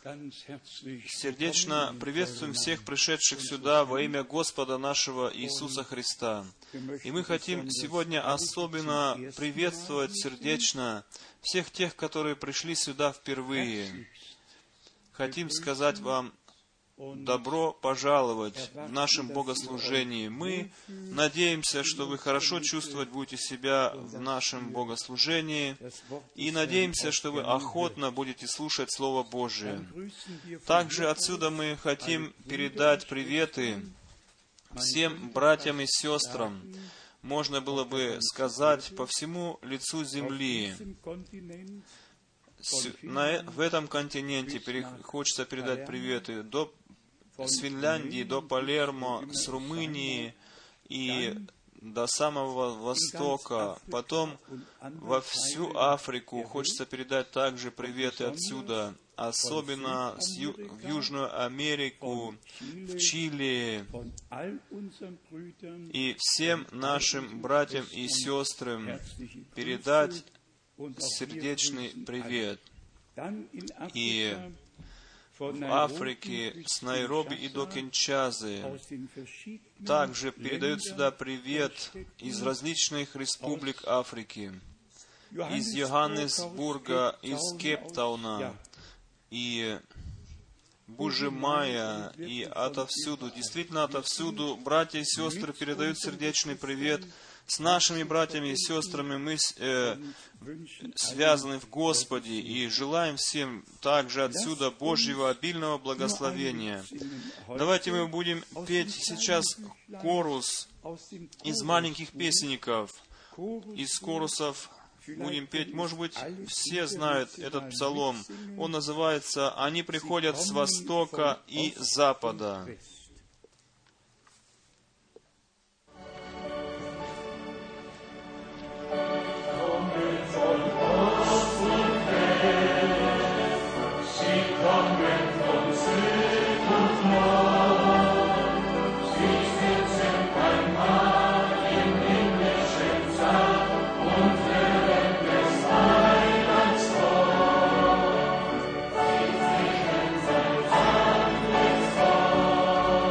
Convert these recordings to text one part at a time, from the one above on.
Сердечно приветствуем всех пришедших сюда во имя Господа нашего Иисуса Христа. И мы хотим сегодня особенно приветствовать сердечно всех тех, которые пришли сюда впервые. Хотим сказать вам добро пожаловать в нашем богослужении. Мы надеемся, что вы хорошо чувствовать будете себя в нашем богослужении, и надеемся, что вы охотно будете слушать Слово Божие. Также отсюда мы хотим передать приветы всем братьям и сестрам, можно было бы сказать, по всему лицу земли. В этом континенте хочется передать приветы с Финляндии до Палермо, с Румынии и до самого Востока. Потом во всю Африку хочется передать также приветы отсюда, особенно в Южную Америку, в Чили, и всем нашим братьям и сестрам передать сердечный привет. И в Африке, с Найроби и до Киншасы, также передают сюда привет из различных республик Африки, из Йоханнесбурга, из Кейптауна, и Бужемая, и отовсюду, действительно отовсюду, братья и сестры передают сердечный привет. С нашими братьями и сестрами мы связаны в Господе и желаем всем также отсюда Божьего обильного благословения. Давайте мы будем петь сейчас хорус из маленьких песенников. Из хорусов будем петь, может быть, все знают этот псалом. Он называется «Они приходят с востока и запада». Amen.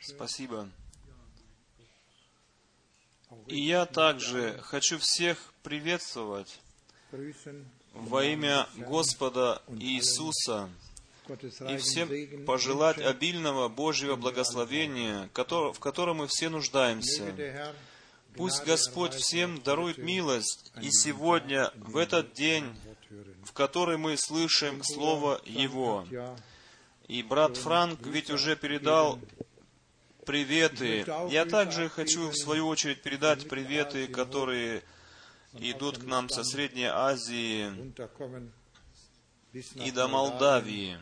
Спасибо. И я также хочу всех приветствовать во имя Господа Иисуса и всем пожелать обильного Божьего благословения, в котором мы все нуждаемся. Пусть Господь всем дарует милость, и сегодня, в этот день, в который мы слышим Слово Его. И брат Франк ведь уже передал приветы. Я также хочу, в свою очередь, передать приветы, которые идут к нам со Средней Азии и до Молдавии.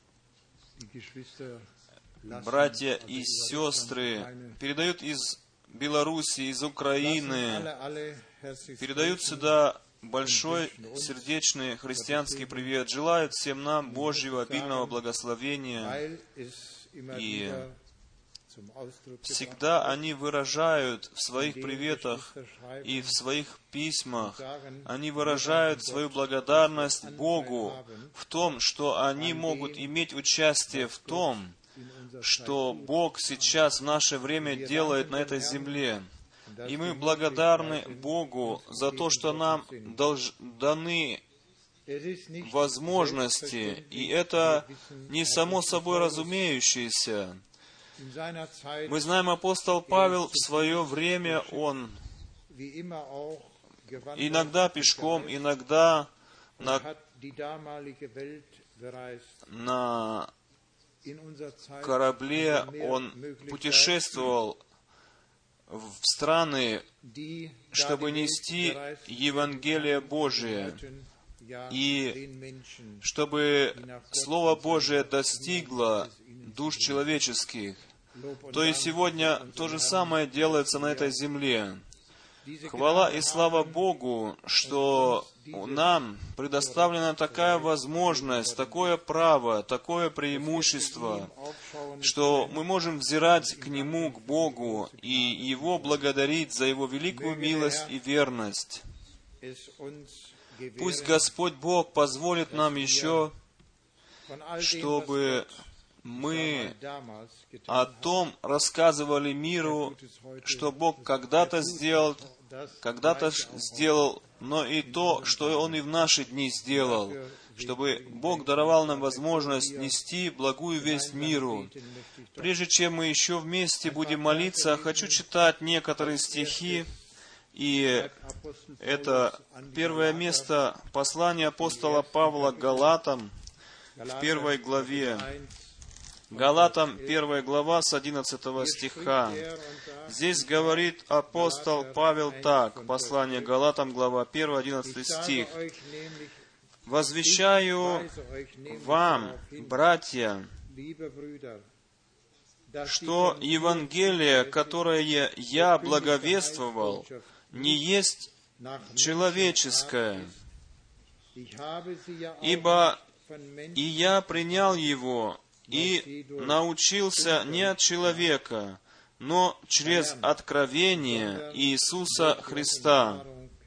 Братья и сестры передают из Беларуси, из Украины, передают сюда большой сердечный христианский привет. Желают всем нам Божьего обильного благословения. И всегда они выражают в своих приветах и в своих письмах, они выражают свою благодарность Богу в том, что они могут иметь участие в том, что Бог сейчас в наше время делает на этой земле. И мы благодарны Богу за то, что нам даны возможности, и это не само собой разумеющееся. Мы знаем, апостол Павел в свое время, он иногда пешком, иногда на корабле, он путешествовал в страны, чтобы нести Евангелие Божие, и чтобы Слово Божие достигло душ человеческих. То есть сегодня то же самое делается на этой земле. Хвала и слава Богу, что нам предоставлена такая возможность, такое право, такое преимущество, что мы можем взирать к Нему, к Богу, и Его благодарить за Его великую милость и верность. Пусть Господь Бог позволит нам еще, чтобы мы о том рассказывали миру, что Бог когда-то сделал, но и то, что Он и в наши дни сделал, чтобы Бог даровал нам возможность нести благую весть миру. Прежде чем мы еще вместе будем молиться, хочу читать некоторые стихи, и это первое место послания апостола Павла к Галатам в 1 главе. Галатам 1 глава с 11 стиха. Здесь говорит апостол Павел так, послание Галатам, глава 1, 11 стих. «Возвещаю вам, братья, что Евангелие, которое я благовествовал, не есть человеческое, ибо и я принял его и научился не от человека, но через откровение Иисуса Христа».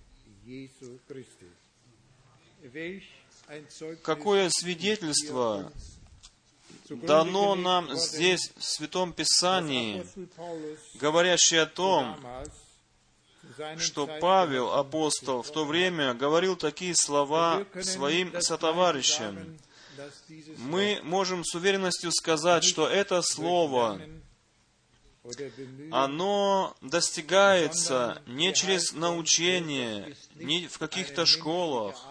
Какое свидетельство дано нам здесь в Святом Писании, говорящее о том, что Павел, апостол, в то время говорил такие слова своим сотоварищам. Мы можем с уверенностью сказать, что это слово, оно достигается не через научение, не в каких-то школах,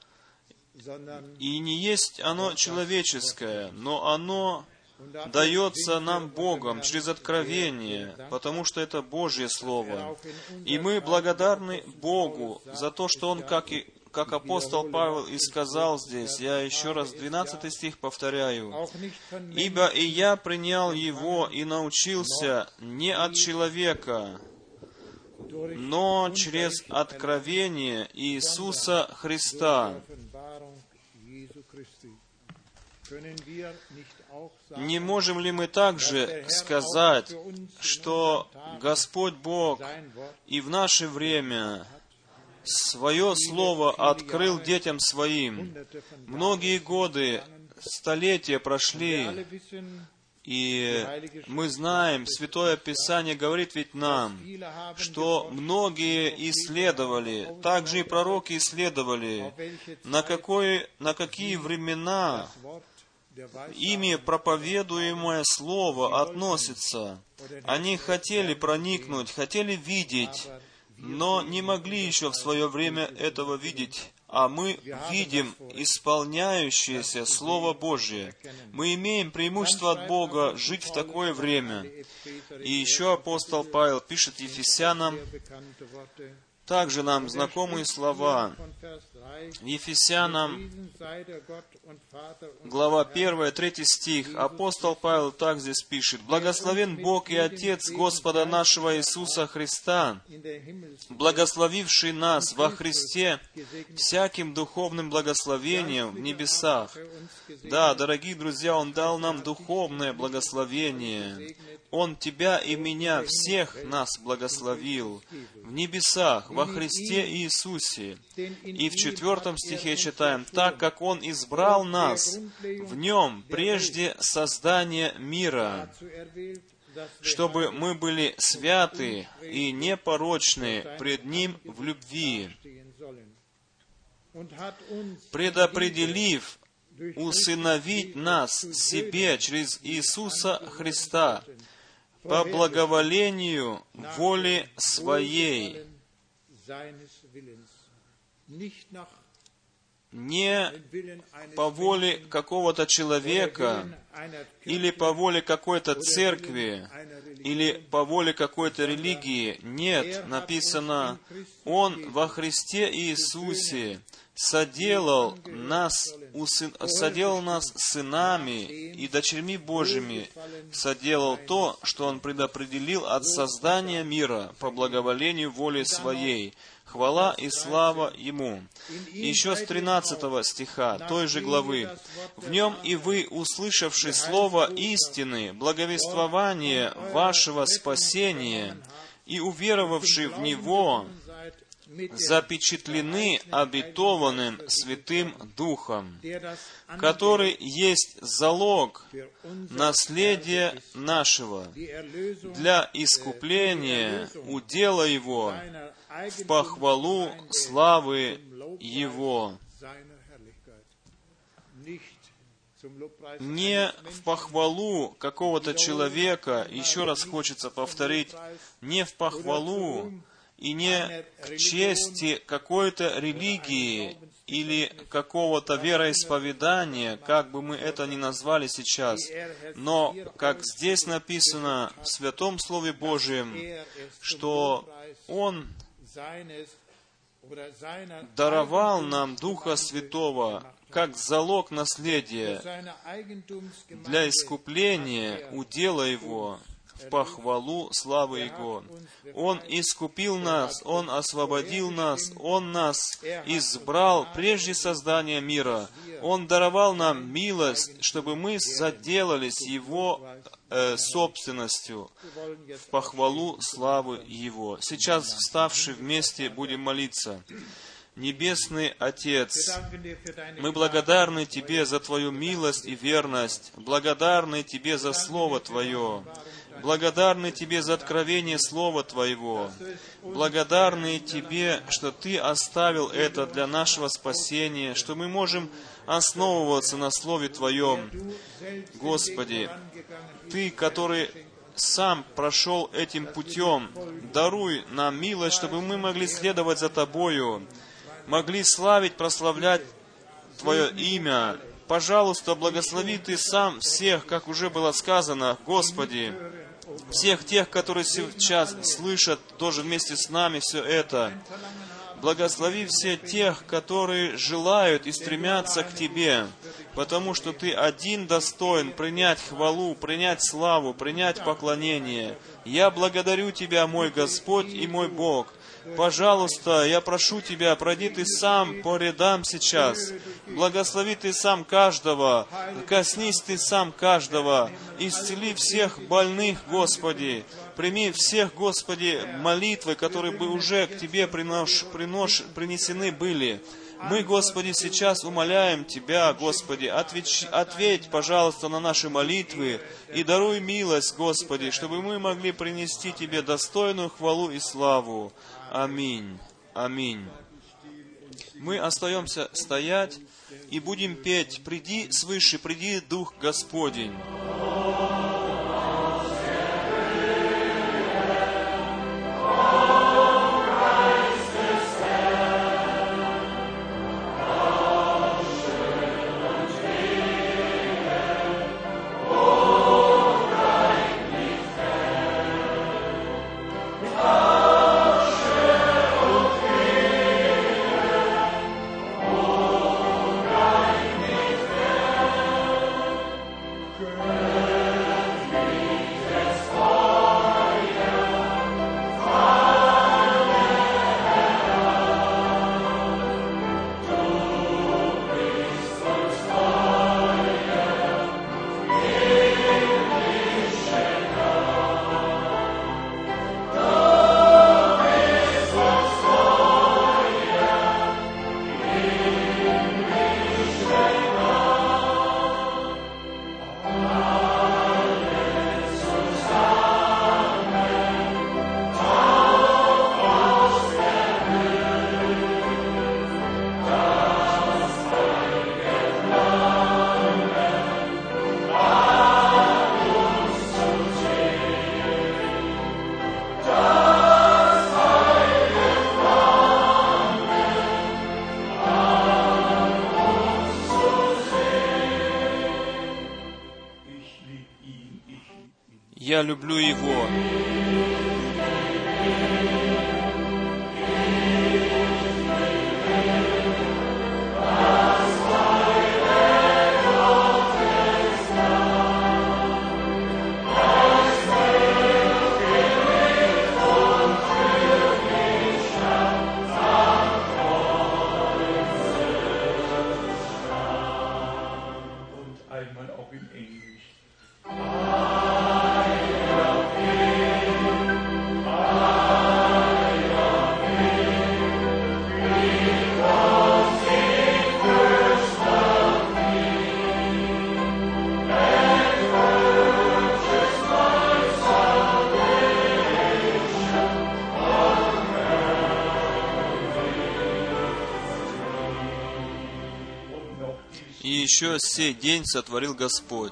и не есть оно человеческое, но оно дается нам Богом через откровение, потому что это Божье Слово. И мы благодарны Богу за то, что Он, как апостол Павел и сказал здесь, я еще раз 12 стих повторяю, «Ибо и я принял его и научился не от человека, но через откровение Иисуса Христа». Не можем ли мы также сказать, что Господь Бог и в наше время Свое Слово открыл детям Своим? Многие годы, столетия прошли, И мы знаем, Святое Писание говорит ведь нам, что многие исследовали, также и пророки исследовали, на какие времена ими проповедуемое Слово относится. Они хотели проникнуть, хотели видеть, но не могли еще в свое время этого видеть. А мы видим исполняющееся Слово Божие. Мы имеем преимущество от Бога жить в такое время. И еще апостол Павел пишет Ефесянам, также нам знакомые слова. Ефесянам, глава 1, 3 стих. Апостол Павел так здесь пишет. «Благословен Бог и Отец Господа нашего Иисуса Христа, благословивший нас во Христе всяким духовным благословением в небесах». Да, дорогие друзья, Он дал нам духовное благословение. Он тебя и меня, всех нас благословил в небесах, во Христе Иисусе. И в 4 стихе читаем, «Так как Он избрал нас в Нем прежде создания мира, чтобы мы были святы и непорочны пред Ним в любви, предопределив усыновить нас себе через Иисуса Христа, по благоволению воли Своей, не по воле какого-то человека, или по воле какой-то церкви, или по воле какой-то религии. Нет, написано, Он во Христе Иисусе соделал нас сынами и дочерьми Божьими, соделал то, что Он предопределил от создания мира по благоволению воли Своей. Хвала и слава Ему. И еще с 13 стиха той же главы. «В Нем и вы, услышавши слово истины, благовествование вашего спасения, и уверовавши в Него, запечатлены обетованным Святым Духом, который есть залог наследия нашего для искупления удела Его в похвалу славы Его». Не в похвалу какого-то человека, еще раз хочется повторить, не в похвалу и не к чести какой-то религии или какого-то вероисповедания, как бы мы это ни назвали сейчас, но, как здесь написано в Святом Слове Божьем, что Он даровал нам Духа Святого как залог наследия для искупления удела Его в похвалу славы Его. Он искупил нас, Он освободил нас, Он нас избрал прежде создания мира. Он даровал нам милость, чтобы мы заделались Его собственностью в похвалу славы Его. Сейчас, вставши вместе, будем молиться. Небесный Отец, мы благодарны Тебе за Твою милость и верность, благодарны Тебе за Слово Твое, благодарны Тебе за откровение Слова Твоего, благодарны Тебе, что Ты оставил это для нашего спасения, что мы можем основываться на Слове Твоем. Господи, Ты, который Сам прошел этим путем, даруй нам милость, чтобы мы могли следовать за Тобою, могли славить, прославлять Твое имя. Пожалуйста, благослови Ты сам всех, как уже было сказано, Господи, всех тех, которые сейчас слышат тоже вместе с нами все это. Благослови все тех, которые желают и стремятся к Тебе, потому что Ты один достоин принять хвалу, принять славу, принять поклонение. Я благодарю Тебя, мой Господь и мой Бог. Пожалуйста, я прошу Тебя, пройди Ты сам по рядам сейчас. Благослови Ты сам каждого, коснись Ты сам каждого, исцели всех больных, Господи. Прими всех, Господи, молитвы, которые бы уже к Тебе принесены были. Мы, Господи, сейчас умоляем Тебя, Господи, ответь, пожалуйста, на наши молитвы и даруй милость, Господи, чтобы мы могли принести Тебе достойную хвалу и славу. Аминь. Аминь. Мы остаемся стоять и будем петь: «Приди свыше, приди, Дух Господень». Я люблю Его. И еще сей день сотворил Господь.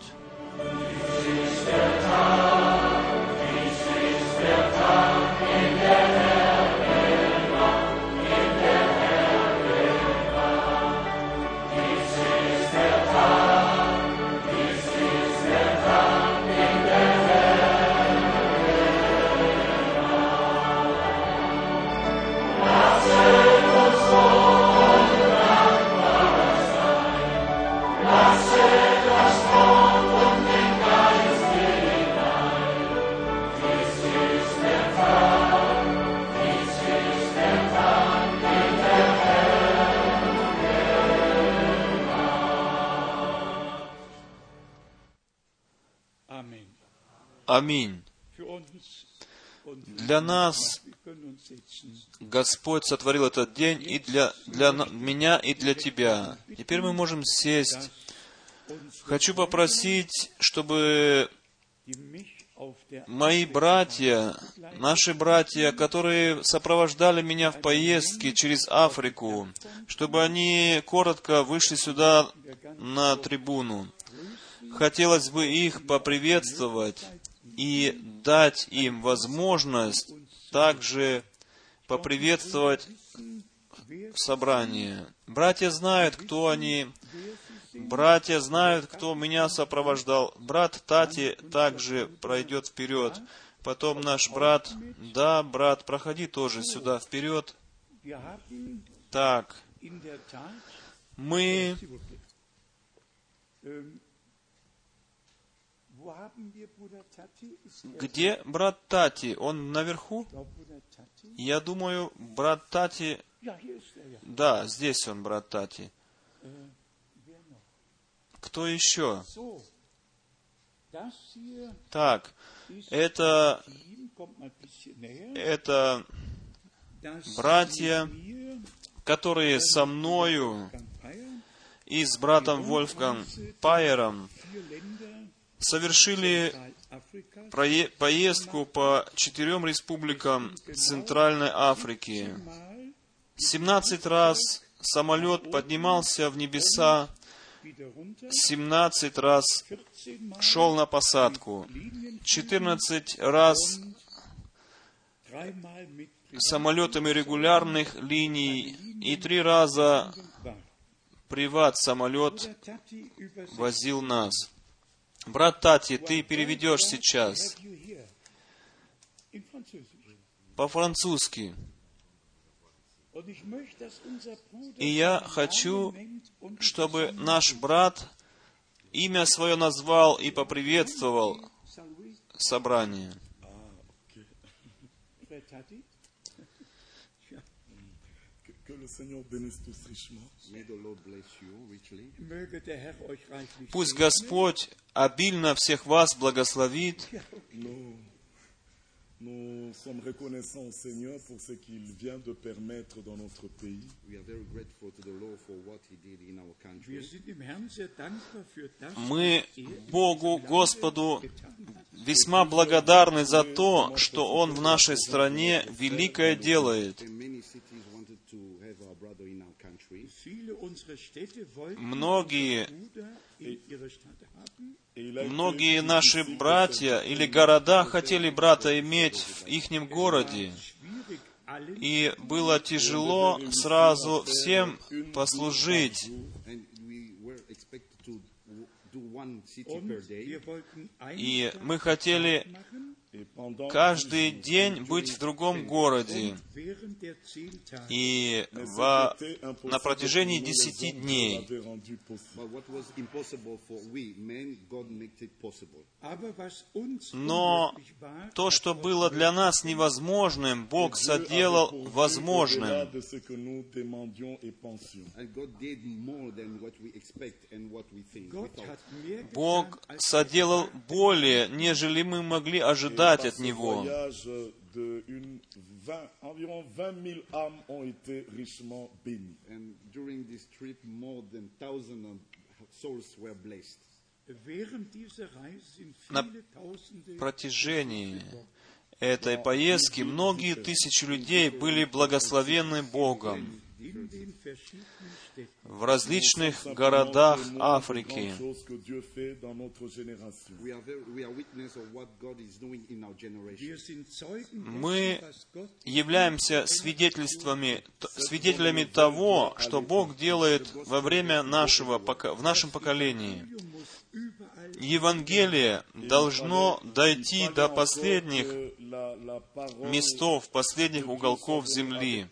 Аминь. Для нас Господь сотворил этот день и для меня, и для тебя. Теперь мы можем сесть. Хочу попросить, чтобы мои братья, наши братья, которые сопровождали меня в поездке через Африку, чтобы они коротко вышли сюда на трибуну. Хотелось бы их поприветствовать и дать им возможность также поприветствовать собрание. Братья знают, кто они. Братья знают, кто меня сопровождал. Брат Тати также пройдет вперед. Потом наш брат. Да, брат, проходи тоже сюда вперед. Так. Мы... Где брат Тати? Он наверху? Я думаю, брат Тати... Да, здесь он, брат Тати. Кто еще? Так, это братья, которые со мною и с братом Вольфгангом Пайером совершили поездку по 4 республикам Центральной Африки. 17 раз самолет поднимался в небеса, 17 раз шел на посадку, 14 раз самолетами регулярных линий и 3 раза приват-самолет возил нас. Брат Тати, ты переведешь сейчас по-французски. И я хочу, чтобы наш брат имя свое назвал и поприветствовал собрание. Пусть Господь обильно всех вас благословит. Nous sommes reconnaissants au Seigneur pour ce qu'il vient de permettre dans notre pays. Мы Богу, Господу, весьма благодарны за то, что Он в нашей стране великое делает. Многие наши братья или города хотели брата иметь в ихнем городе. И было тяжело сразу всем послужить. И мы хотели каждый день быть в другом городе. И на протяжении 10 дней. Но то, что было для нас невозможным, Бог соделал возможным. Бог соделал более, нежели мы могли ожидать от Него. Environ 20 000 âmes ont été richement bénies. And during this trip, more than 1,000 souls were blessed. На протяжении этой поездки многие тысячи людей были благословены Богом в различных городах Африки. Мы являемся свидетелями того, что Бог делает во время в нашем поколении. Евангелие должно дойти до последних местов, последних уголков земли.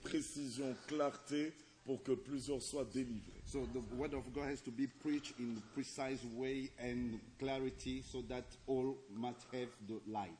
So the word of God has to be preached in a precise way and clarity so that all must have the light.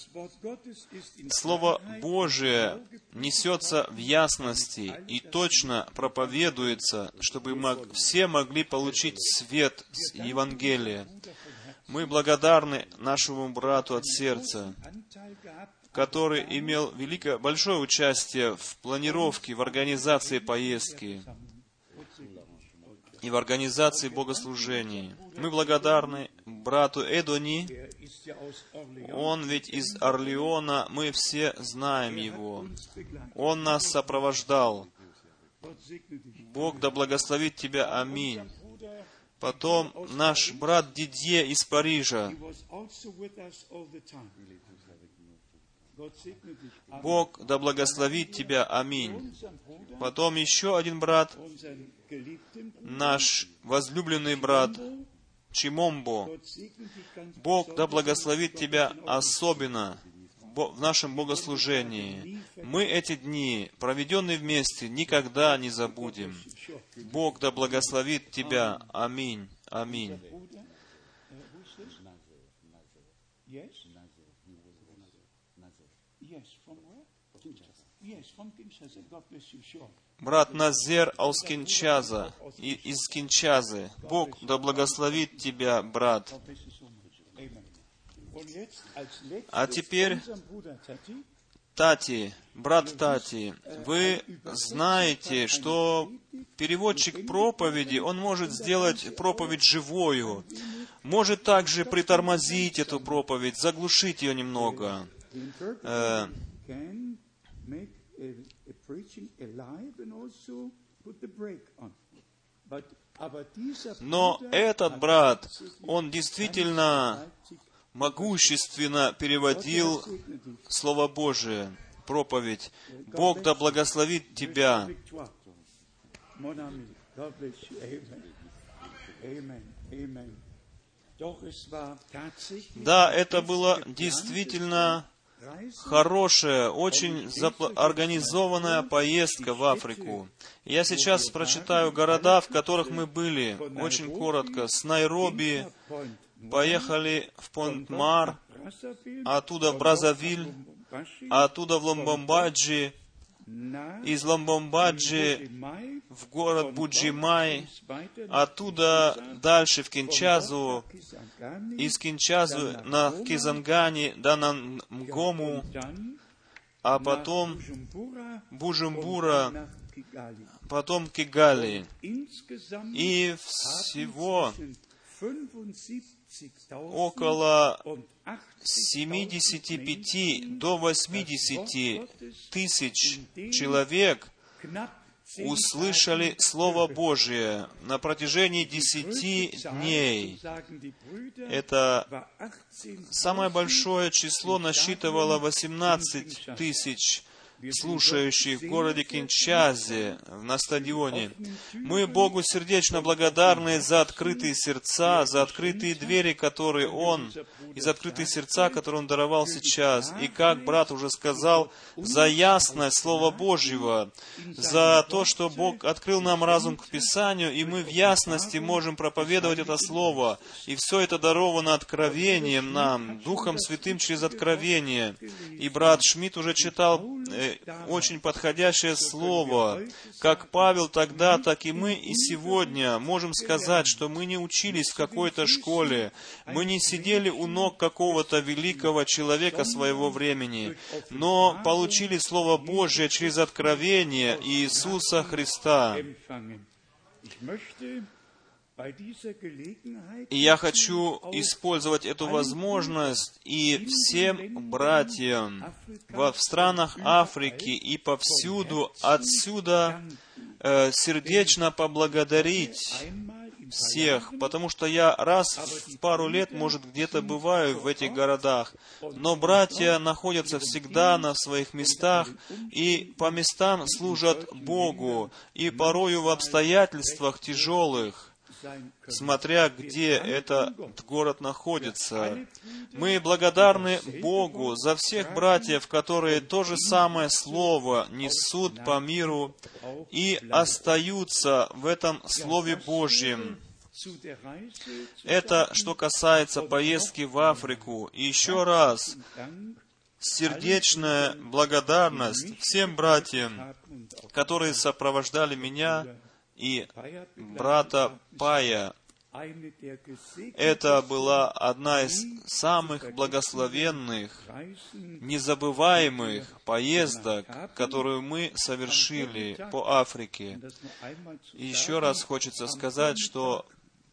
Слово Божие несется в ясности и точно проповедуется, чтобы все могли получить свет с Евангелия. Мы благодарны нашему брату от сердца, который имел большое участие в планировке, в организации поездки и в организации богослужений. Мы благодарны брату Эдони. Он ведь из Орлеона, мы все знаем его. Он нас сопровождал. Бог да благословит тебя, аминь. Потом наш брат Дидье из Парижа. Бог да благословит тебя, аминь. Потом еще один брат, наш возлюбленный брат Чимомбо. Бог да благословит тебя особенно в нашем богослужении. Мы эти дни, проведенные вместе, никогда не забудем. Бог да благословит тебя. Аминь. Аминь. Брат Назер из Кинчазы. Бог да благословит тебя, брат. А теперь Тати, брат Тати, вы знаете, что переводчик проповеди, он может сделать проповедь живою, может также притормозить эту проповедь, заглушить ее немного. Но этот брат, он действительно могущественно переводил Слово Божие, проповедь. Бог да благословит тебя. Да, это было действительно хорошая, очень организованная поездка в Африку. Я сейчас прочитаю города, в которых мы были, очень коротко. С Найроби поехали в Понт-Мар, оттуда в Бразавиль, оттуда в Ломбомбаджи, из Ломбомбаджи в город Буджимай, оттуда дальше в Кинчазу, из Кинчазу на Кизангани, да на Мгому, а потом Бужумбура, потом Кигали. И всего около 75 до 80 тысяч человек услышали Слово Божие на протяжении 10 дней. Это самое большое число насчитывало 18 тысяч слушающих в городе Кинчазе на стадионе. Мы Богу сердечно благодарны за открытые сердца, за открытые двери, которые Он, и за открытые сердца, которые Он даровал сейчас. И как брат уже сказал, за ясность Слова Божьего, за то, что Бог открыл нам разум к Писанию, и мы в ясности можем проповедовать это Слово. И все это даровано откровением нам, Духом Святым через откровение. И брат Шмидт уже читал очень подходящее слово. Как Павел тогда, так и мы и сегодня можем сказать, что мы не учились в какой-то школе, мы не сидели у ног какого-то великого человека своего времени, но получили Слово Божие через откровение Иисуса Христа. И я хочу использовать эту возможность и всем братьям в странах Африки и повсюду отсюда сердечно поблагодарить всех, потому что я раз в пару лет, может, где-то бываю в этих городах, но братья находятся всегда на своих местах и по местам служат Богу, и порою в обстоятельствах тяжелых, смотря где этот город находится. Мы благодарны Богу за всех братьев, которые то же самое Слово несут по миру и остаются в этом Слове Божьем. Это что касается поездки в Африку. И еще раз, сердечная благодарность всем братьям, которые сопровождали меня, и брата Пая. Это была одна из самых благословенных, незабываемых поездок, которую мы совершили по Африке. И еще раз хочется сказать, что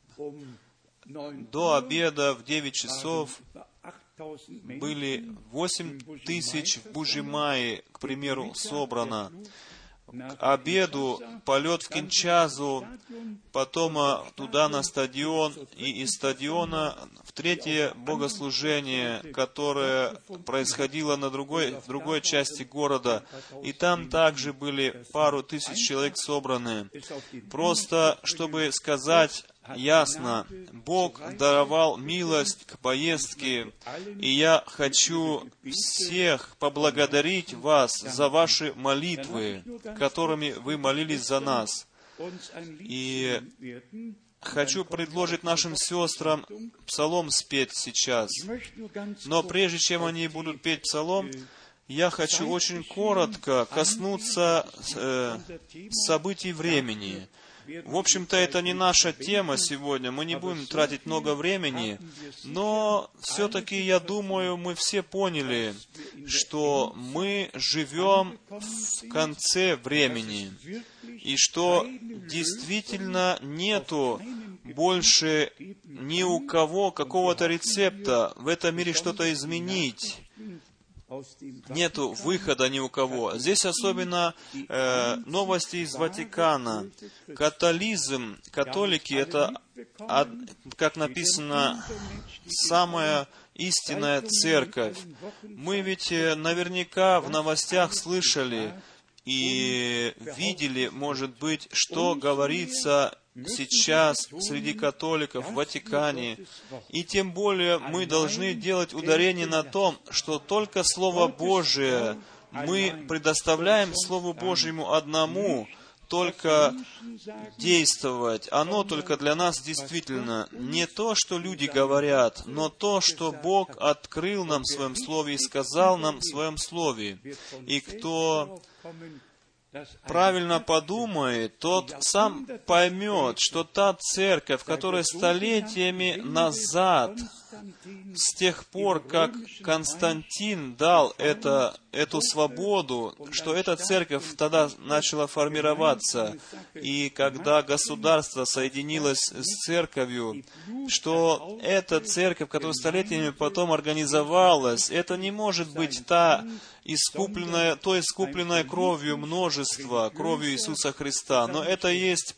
до обеда в 9 часов были 8 тысяч в Буджимае, к примеру, собрано. К обеду полет в Кинчазу, потом туда на стадион, и из стадиона в третье богослужение, которое происходило в другой части города. И там также были пару тысяч человек собраны. Просто, чтобы сказать ясно, Бог даровал милость к поездке, и я хочу всех поблагодарить вас за ваши молитвы, которыми вы молились за нас. И хочу предложить нашим сестрам псалом спеть сейчас. Но прежде чем они будут петь псалом, я хочу очень коротко коснуться событий времени. В общем-то, это не наша тема сегодня, мы не будем тратить много времени, но все-таки, я думаю, мы все поняли, что мы живем в конце времени, и что действительно нету больше ни у кого какого-то рецепта в этом мире что-то изменить. Нету выхода ни у кого. Здесь особенно новости из Ватикана. Католики — это, как написано, самая истинная церковь. Мы ведь наверняка в новостях слышали и видели, может быть, что говорится сейчас среди католиков в Ватикане. И тем более мы должны делать ударение на том, что только Слово Божие мы предоставляем Слову Божьему одному, только действовать. Оно только для нас действительно не то, что люди говорят, но то, что Бог открыл нам в Своем Слове и сказал нам в Своем Слове. И кто правильно подумает, тот сам поймет, что та церковь, которая столетиями назад, с тех пор, как Константин дал эту свободу, что эта церковь тогда начала формироваться, и когда государство соединилось с церковью, что эта церковь, которая столетиями потом организовалась, это не может быть той искупленной кровью множества, кровью Иисуса Христа, но это есть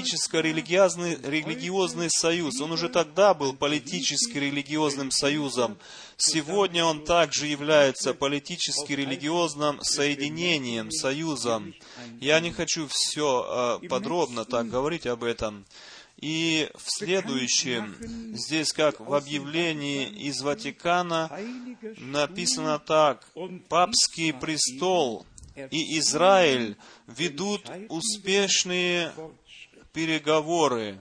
политическо-религиозный союз. Он уже тогда был политически-религиозным союзом. Сегодня он также является политически-религиозным соединением, союзом. Я не хочу все подробно так говорить об этом. И в следующем, здесь как в объявлении из Ватикана, написано так: «Папский престол и Израиль ведут успешные переговоры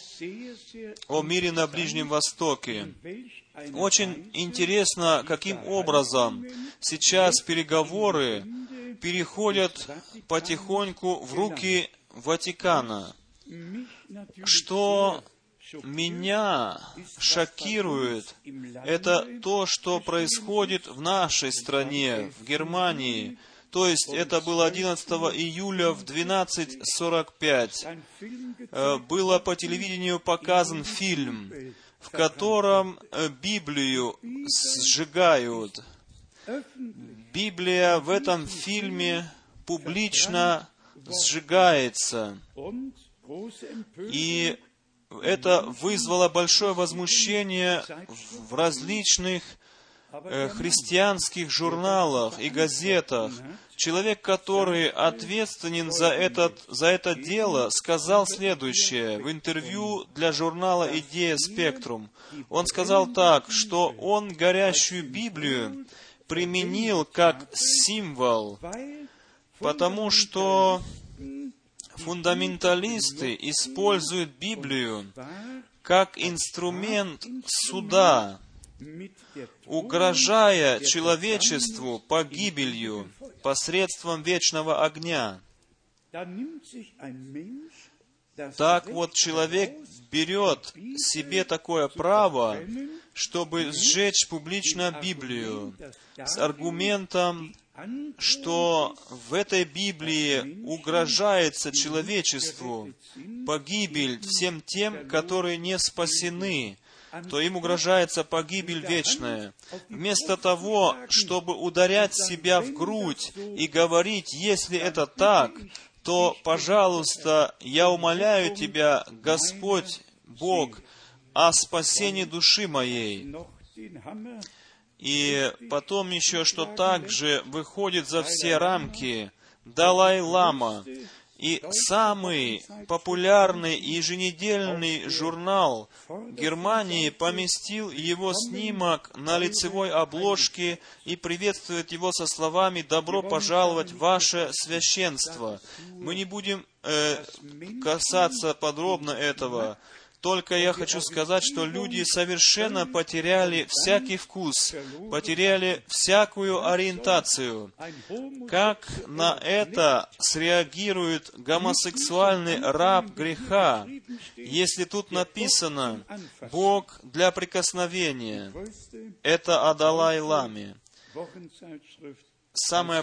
о мире на Ближнем Востоке». Очень интересно, каким образом сейчас переговоры переходят потихоньку в руки Ватикана. Что меня шокирует, это то, что происходит в нашей стране, в Германии. То есть это было 11 июля в 12:45. Было по телевидению показан фильм, в котором Библию сжигают. Библия в этом фильме публично сжигается. И это вызвало большое возмущение в различных христианских журналах и газетах. Человек, который ответственен за это дело, сказал следующее в интервью для журнала «Идея Спектрум». Он сказал так, что он горящую Библию применил как символ, потому что фундаменталисты используют Библию как инструмент суда, угрожая человечеству погибелью посредством вечного огня. Так вот, человек берет себе такое право, чтобы сжечь публично Библию с аргументом, что в этой Библии угрожается человечеству погибель всем тем, которые не спасены, то им угрожается погибель вечная. Вместо того, чтобы ударять себя в грудь и говорить, если это так, то, пожалуйста, я умоляю Тебя, Господь Бог, о спасении души моей. И потом еще, что также выходит за все рамки, Далай-лама. И самый популярный еженедельный журнал Германии поместил его снимок на лицевой обложке и приветствует его со словами «Добро пожаловать в ваше священство». Мы не будем касаться подробно этого. Только я хочу сказать, что люди совершенно потеряли всякий вкус, потеряли всякую ориентацию. Как на это среагирует гомосексуальный раб греха, если тут написано «Бог для прикосновения»? Это о Далай-ламе. Самый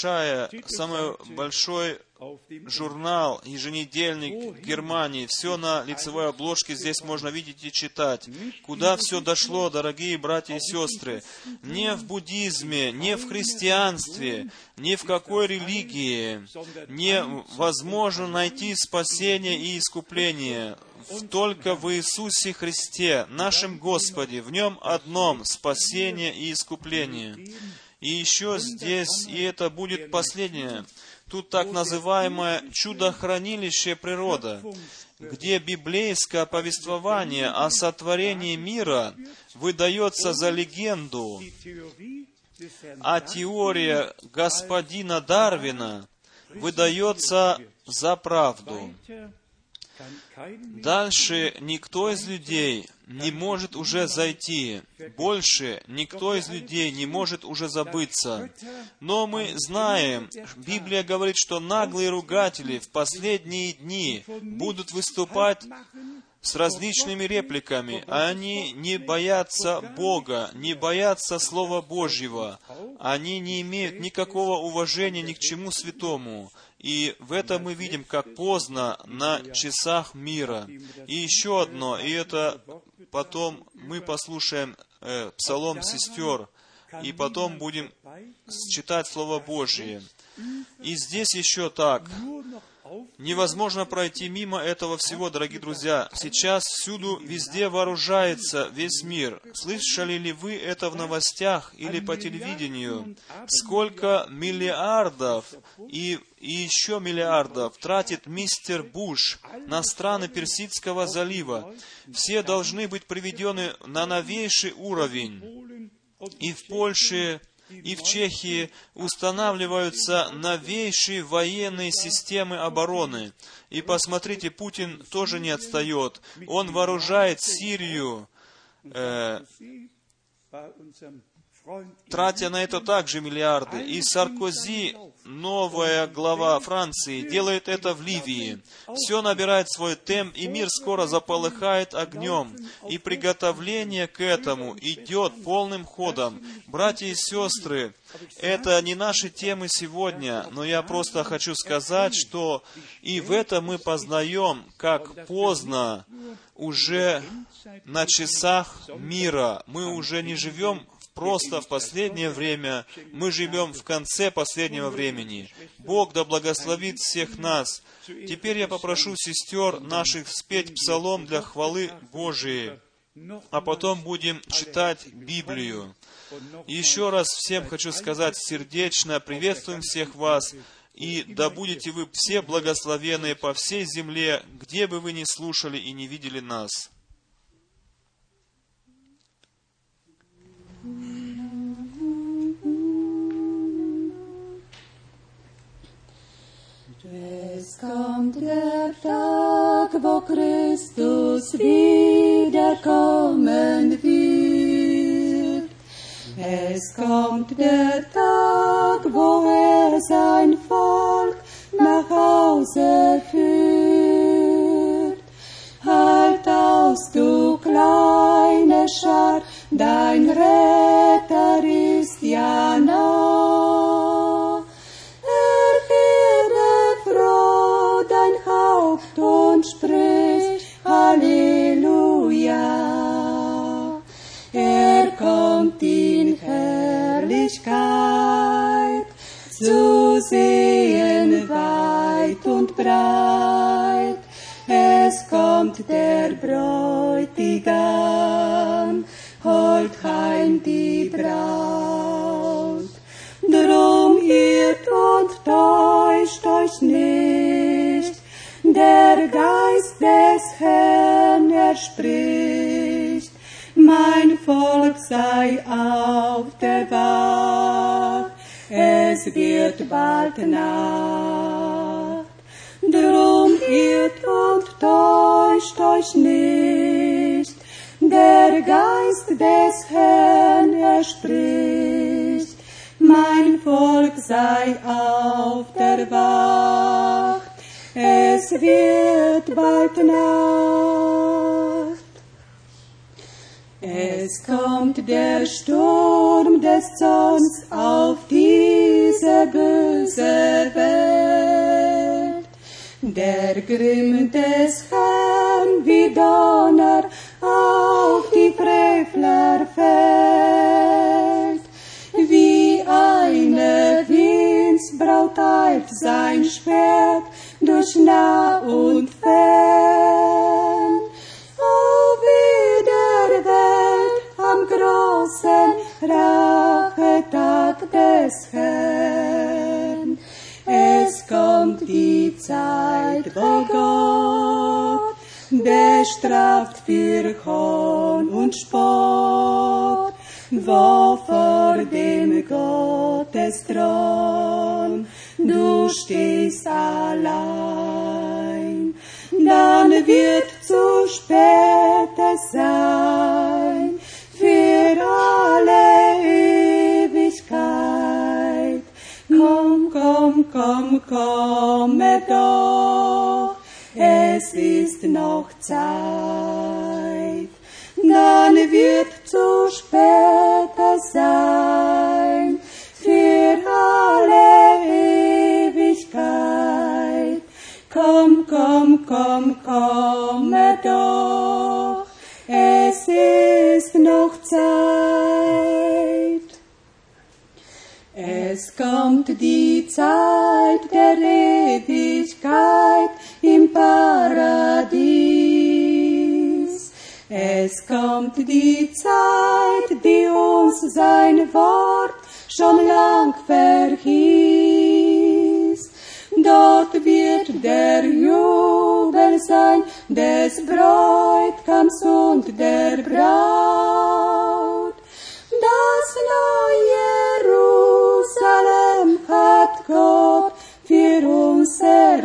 большой журнал, еженедельник Германии. Все на лицевой обложке здесь можно видеть и читать. Куда все дошло, дорогие братья и сестры? Не в буддизме, не в христианстве, ни в какой религии невозможно найти спасение и искупление. Только в Иисусе Христе, нашем Господе, в Нем одном спасение и искупление. И еще здесь, и это будет последнее, тут так называемое чудохранилище природа, где библейское повествование о сотворении мира выдается за легенду, а теория господина Дарвина выдается за правду. Дальше никто из людей не может уже зайти. Больше никто из людей не может уже забыться. Но мы знаем, Библия говорит, что наглые ругатели в последние дни будут выступать с различными репликами. Они не боятся Бога, не боятся Слова Божьего. Они не имеют никакого уважения ни к чему святому. И в этом мы видим, как поздно на часах мира. И еще одно, и это потом мы послушаем псалом сестер, и потом будем читать Слово Божие. И здесь еще так. Невозможно пройти мимо этого всего, дорогие друзья. Сейчас всюду, везде вооружается весь мир. Слышали ли вы это в новостях или по телевидению? Сколько миллиардов и еще миллиардов тратит мистер Буш на страны Персидского залива. Все должны быть приведены на новейший уровень. И в Польше, и в Чехии устанавливаются новейшие военные системы обороны. И посмотрите, Путин тоже не отстает. Он вооружает Сирию, тратя на это также миллиарды. И Саркози, новая глава Франции, делает это в Ливии. Все набирает свой темп, и мир скоро заполыхает огнем. И приготовление к этому идет полным ходом. Братья и сестры, это не наши темы сегодня, но я просто хочу сказать, что и в этом мы познаем, как поздно уже на часах мира. Мы уже не живем просто в последнее время, мы живем в конце последнего времени. Бог да благословит всех нас. Теперь я попрошу сестер наших спеть псалом для хвалы Божией, а потом будем читать Библию. Еще раз всем хочу сказать сердечно, приветствуем всех вас, и да будете вы все благословенны по всей земле, где бы вы ни слушали и не видели нас. Es kommt der Tag, wo Christus wiederkommen wird. Es kommt der Tag, wo sein Volk nach Hause führt. Halt aus, du kleine Schar, dein Retter ist ja nah. Erhebe froh dein Haupt und sprich Halleluja. Kommt in Herrlichkeit, zu sehen weit und breit. Es kommt der Bräutigam, holt heim die Braut. Drum irrt und täuscht euch nicht, der Geist des Herrn, er spricht. Mein Volk sei auf der Wacht, es wird bald Nacht. Drum Drum irrt und täuscht euch nicht, der Geist des Herrn, er spricht, mein Volk sei auf der Wacht, es wird bald Nacht. Es kommt der Sturm des Zorns auf diese böse Welt, der Grimm des Herrn wie Donner auf die Frevler fällt, wie eine Windsbraut eilt sein Schwert durch nah und fern. O wie der Welt am großen Rachetag des Herrn. Es kommt die Zeit, wo Gott bestraft für Hohn und Spott, wo vor dem Gottesthron du stehst allein. Dann wird zu spät es sein für alle Ewigkeit. Komm, komm, komm, komme doch, es ist noch Zeit. Dann wird zu spät es sein für alle Ewigkeit. Komm, komm, komm, komme doch, es ist noch Zeit. Es kommt die Zeit der Ewigkeit im Paradies. Es kommt die Zeit, die uns sein Wort schon lang verhieß. Dort wird der Jubel sein des Bräutigams und der Braut. Das neue Jerusalem hat Gott für uns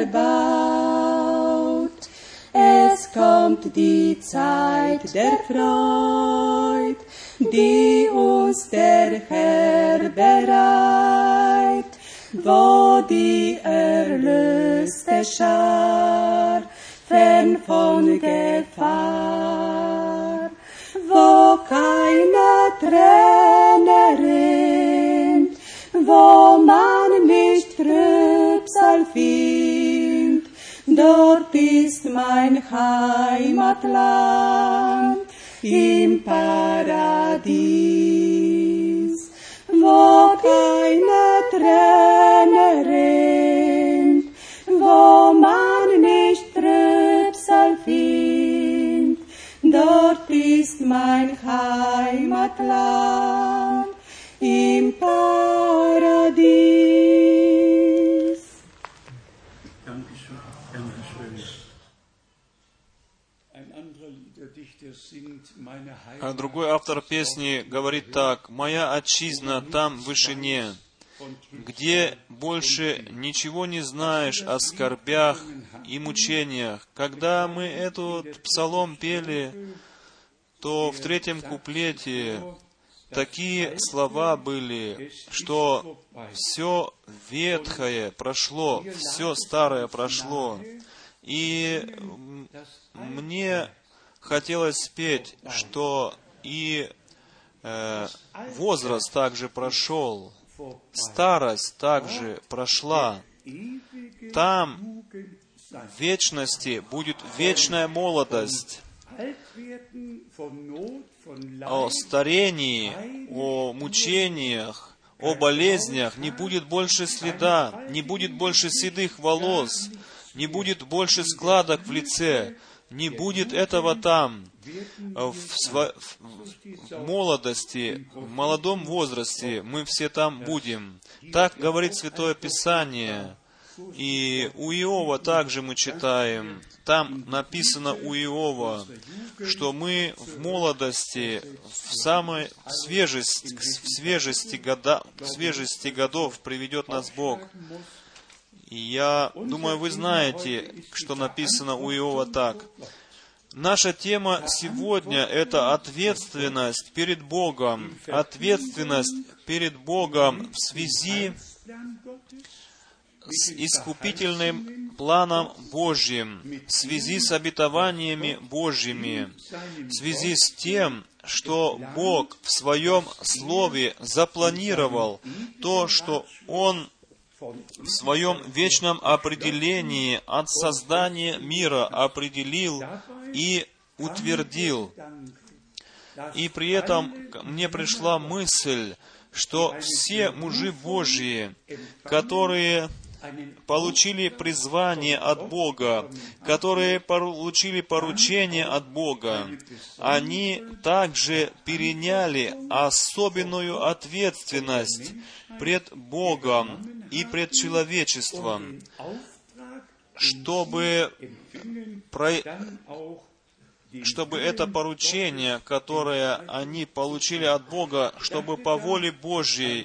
erbaut. Es kommt die Zeit der Freud, die uns der Herr bereit, wo die erlöste Schar fern von Gefahr, wo keine Träne rinnt, wo man nicht Trübsal findet. Dort ist mein Heimatland im Paradies, wo keine Träne rinnt, wo man nicht Trübsal findet. Dort ist mein Heimatland im Paradies. Dankeschön. Ein anderer Liederdichter singt meine Heimat. А другой автор песни говорит так: «Моя отчизна там в вышине, где больше ничего не знаешь о скорбях и мучениях». Когда мы этот псалом пели, то в третьем куплете такие слова были, что все ветхое прошло, все старое прошло. И мне хотелось спеть, что и возраст также прошел, старость также прошла. Там в вечности будет вечная молодость. О старении, о мучениях, о болезнях не будет больше следа, не будет больше седых волос, не будет больше складок в лице, не будет этого там. В молодости, в молодом возрасте мы все там будем. Так говорит Святое Писание. И у Иова также мы читаем, там написано у Иова, что мы в молодости, в свежести годов приведет нас Бог. И я думаю, вы знаете, что написано у Иова так. Наша тема сегодня — это ответственность перед Богом. Ответственность перед Богом в связи с искупительным планом Божьим, в связи с обетованиями Божьими, в связи с тем, что Бог в Своем Слове запланировал то, что Он в Своем вечном определении от создания мира определил и утвердил. И при этом мне пришла мысль, что все мужи Божьи, которые получили призвание от Бога, которые получили поручение от Бога, они также переняли особенную ответственность пред Богом и пред человечеством, чтобы это поручение, которое они получили от Бога, чтобы по воле Божьей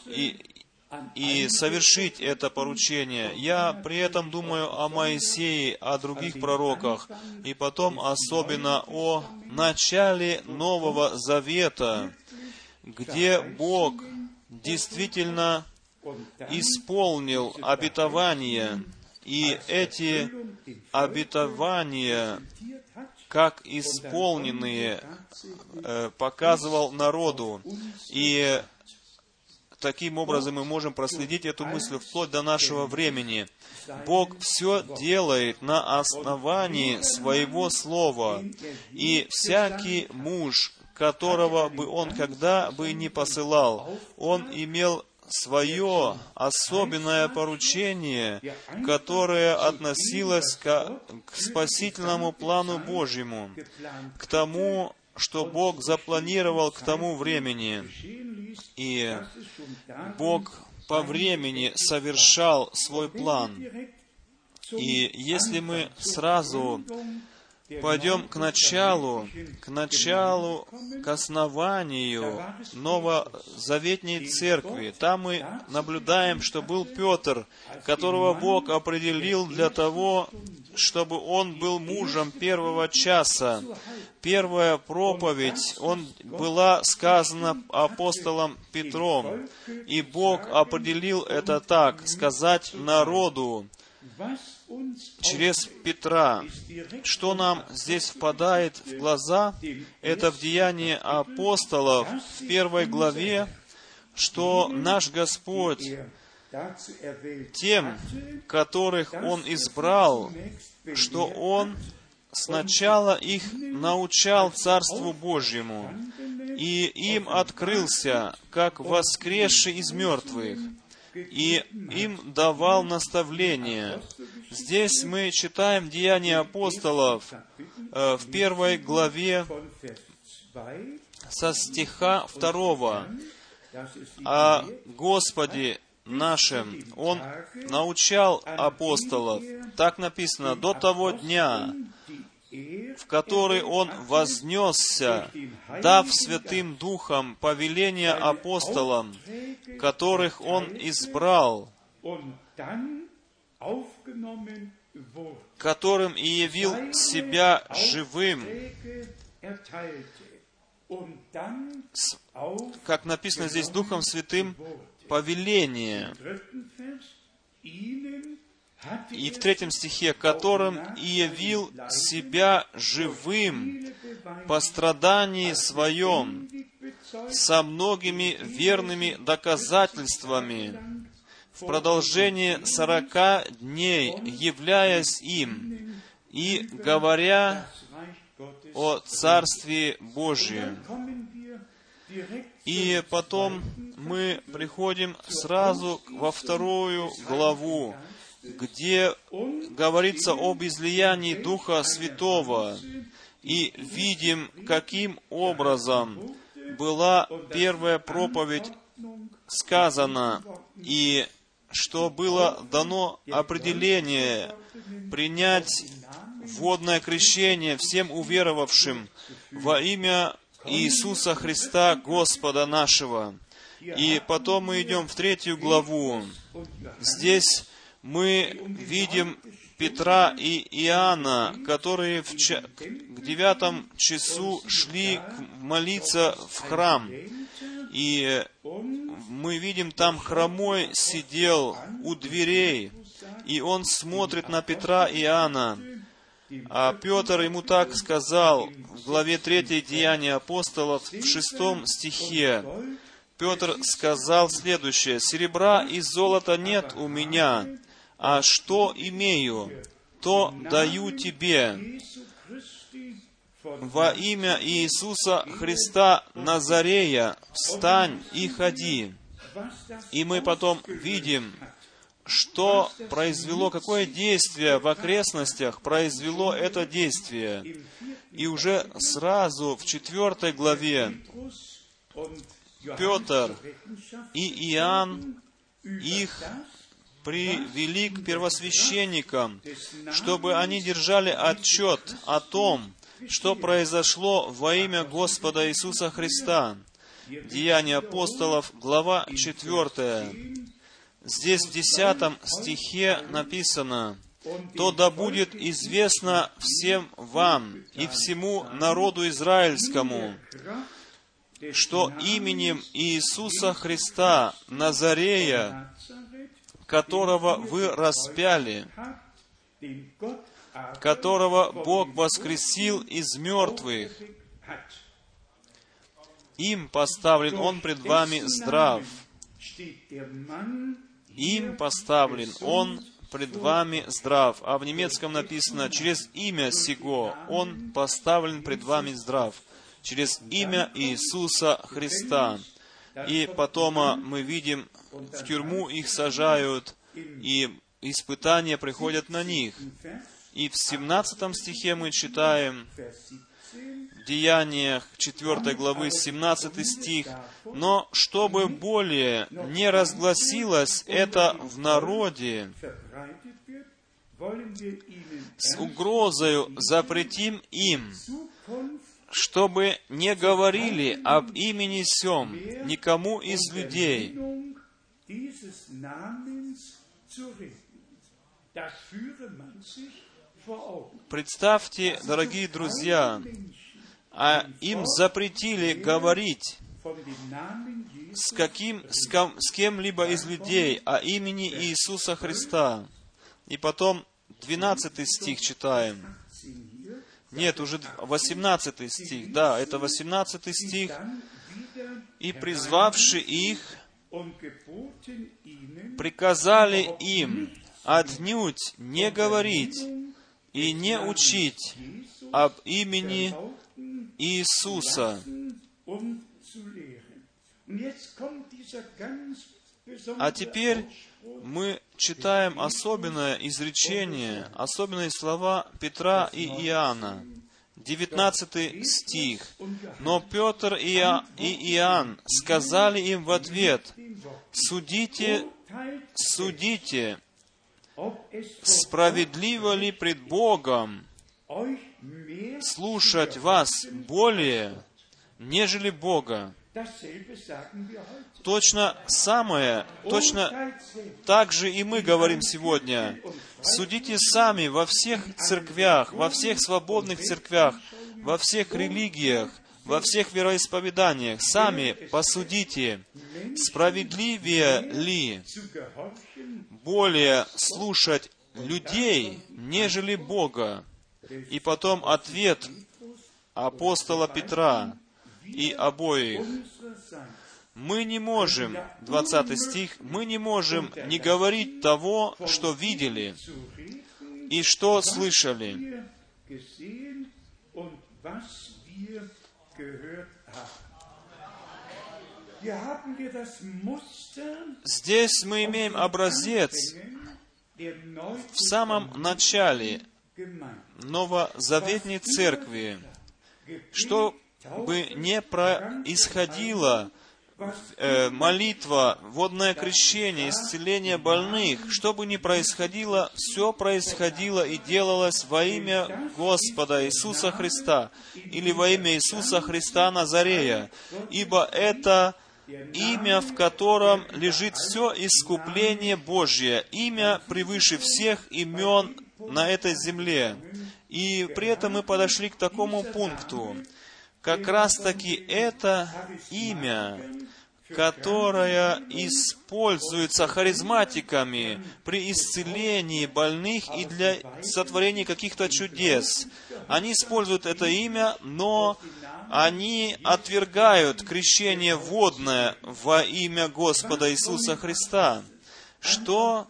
и совершить это поручение. Я при этом думаю о Моисее, о других пророках, и потом особенно о начале Нового Завета, где Бог действительно исполнил обетования, и эти обетования, как исполненные, показывал народу. И таким образом мы можем проследить эту мысль вплоть до нашего времени. Бог все делает на основании Своего Слова, и всякий муж, которого бы он когда бы ни посылал, он имел свое особенное поручение, которое относилось к спасительному плану Божьему, к тому, что Бог запланировал к тому времени. И Бог по времени совершал свой план. И если мы сразу пойдем к началу, к основанию новозаветней церкви, там мы наблюдаем, что был Петр, которого Бог определил для того, чтобы он был мужем первого часа. Первая проповедь была сказана апостолом Петром, и Бог определил это так, сказать народу через Петра. Что нам здесь впадает в глаза, это в Деянии апостолов в 1 главе, что наш Господь тем, которых Он избрал, что Он сначала их научал Царству Божьему, и им открылся, как воскресший из мертвых, и им давал наставление. Здесь мы читаем Деяния апостолов в 1 главе со стиха 2. О Господе нашем Он научал апостолов, так написано, до того дня, в который Он вознесся, дав Святым Духом повеление апостолам, которых Он избрал, которым и явил себя живым, как написано здесь, Духом Святым повеление. И в 3 стихе, которым и явил себя живым по страдании Своем, со многими верными доказательствами, в продолжении 40 дней, являясь им и говоря о Царстве Божьем. И потом мы приходим сразу во 2 главу, где говорится об излиянии Духа Святого, и видим, каким образом была первая проповедь сказана, и что было дано определение принять водное крещение всем уверовавшим во имя Иисуса Христа, Господа нашего. И потом мы идем в 3 главу. Здесь мы видим Петра и Иоанна, которые к 9 часу шли молиться в храм. И мы видим, там хромой сидел у дверей, и он смотрит на Петра и Иоанна. А Петр ему так сказал в главе 3 Деяния апостолов, в 6 стихе. Петр сказал следующее: «Серебра и золота нет у меня, а что имею, то даю тебе. Во имя Иисуса Христа Назарея встань и ходи». И мы потом видим, что произвело, какое действие в окрестностях произвело это действие. И уже сразу в 4 главе Петр и Иоанн их привели к первосвященникам, чтобы они держали отчет о том, что произошло во имя Господа Иисуса Христа. Деяния апостолов, глава 4. Здесь в 10 стихе написано: «То да будет известно всем вам и всему народу израильскому, что именем Иисуса Христа Назарея, которого вы распяли, которого Бог воскресил из мертвых, им поставлен Он пред вами здрав». Им поставлен Он пред вами здрав. А в немецком написано: через имя сего Он поставлен пред вами здрав. Через имя Иисуса Христа. И потом мы видим, в тюрьму их сажают, и испытания приходят на них. И в 17 стихе мы читаем, в Деяниях 4 главы, 17 стих: «Но чтобы более не разгласилось это в народе, с угрозою запретим им, чтобы не говорили об имени сем никому из людей». Представьте, дорогие друзья, а им запретили говорить с кем-либо из людей о имени Иисуса Христа. И потом 12 стих читаем. Нет, уже 18 стих. Да, это 18 стих. «И призвавши их, приказали им отнюдь не говорить и не учить об имени Иисуса». А теперь мы читаем особенное изречение, особенные слова Петра и Иоанна. 19 стих. «Но Петр и Иоанн сказали им в ответ: судите, судите, справедливо ли пред Богом слушать вас более, нежели Бога?» Точно так же и мы говорим сегодня. Судите сами во всех церквях, во всех свободных церквях, во всех религиях, во всех вероисповеданиях. Сами посудите, справедливее ли более слушать людей, нежели Бога. И потом ответ апостола Петра и обоих. Мы не можем, 20 стих, мы не можем не говорить того, что видели и что слышали. Здесь мы имеем образец в самом начале новозаветной церкви, что бы не происходило молитва, водное крещение, исцеление больных, что бы ни происходило, все происходило и делалось во имя Господа Иисуса Христа или во имя Иисуса Христа Назарея, ибо это имя, в котором лежит все искупление Божье, имя превыше всех имен на этой земле. И при этом мы подошли к такому пункту. Как раз-таки это имя, которое используется харизматиками при исцелении больных и для сотворения каких-то чудес. Они используют это имя, но они отвергают крещение водное во имя Господа Иисуса Христа, что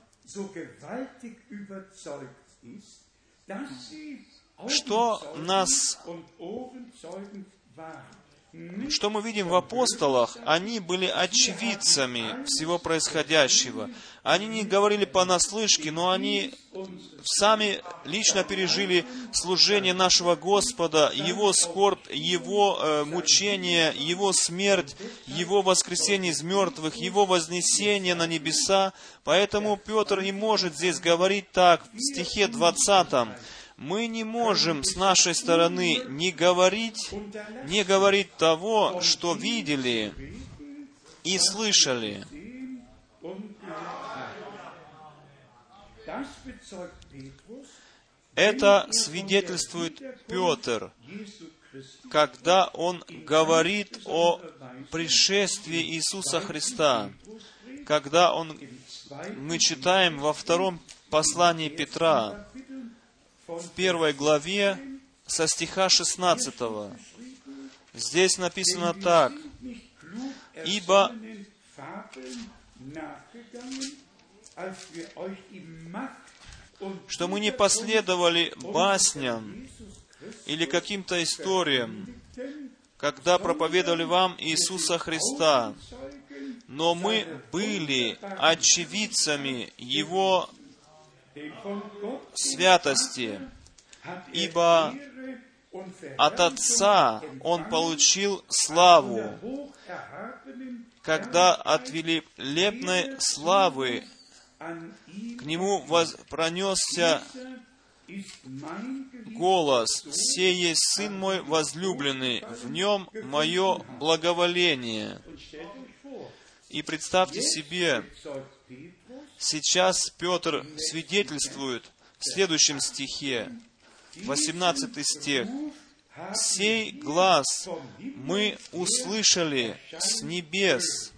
мы видим в апостолах, они были очевидцами всего происходящего. Они не говорили понаслышке, но они сами лично пережили служение нашего Господа, Его скорбь, Его мучение, Его смерть, Его воскресение из мертвых, Его вознесение на небеса. Поэтому Петр и может здесь говорить так, в стихе 20. Мы не можем с нашей стороны не говорить того, что видели и слышали. Это свидетельствует Петр, когда он говорит о пришествии Иисуса Христа, когда мы читаем во втором послании Петра, в 1 главе, со стиха 16. Здесь написано так: «Ибо что мы не последовали басням или каким-то историям, когда проповедовали вам Иисуса Христа, но мы были очевидцами Его святости, ибо от Отца Он получил славу, когда от великолепной славы к Нему пронесся голос: «Сей есть Сын Мой возлюбленный, в Нем Мое благоволение». И представьте себе, сейчас Петр свидетельствует в следующем стихе, 18 стих: «Сей глас мы услышали с небес».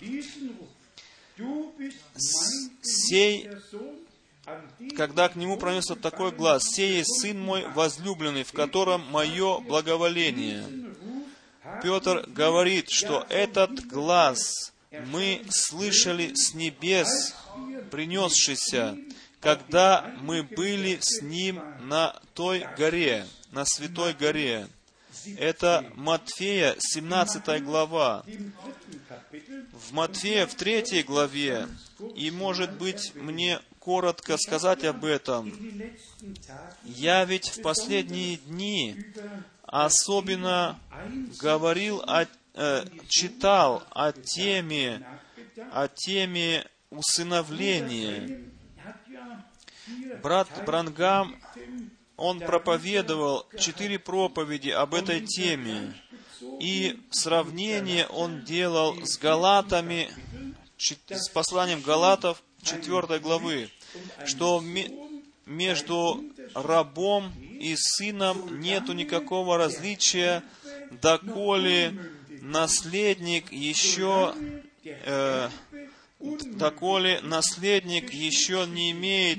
Когда к нему пронесся такой глас: «Сей есть Сын Мой возлюбленный, в котором Мое благоволение». Петр говорит, что этот глас мы слышали с небес, принесшийся, когда мы были с Ним на той горе, на Святой горе. Это Матфея, 17 глава. В Матфея, в 3 главе, и, может быть, мне коротко сказать об этом. Я ведь в последние дни особенно читал о теме усыновления. Брат Бранхам, он проповедовал 4 проповеди об этой теме. И сравнение он делал с Галатами, с посланием Галатов 4 главы, что между рабом и сыном нету никакого различия, доколе наследник еще не имеет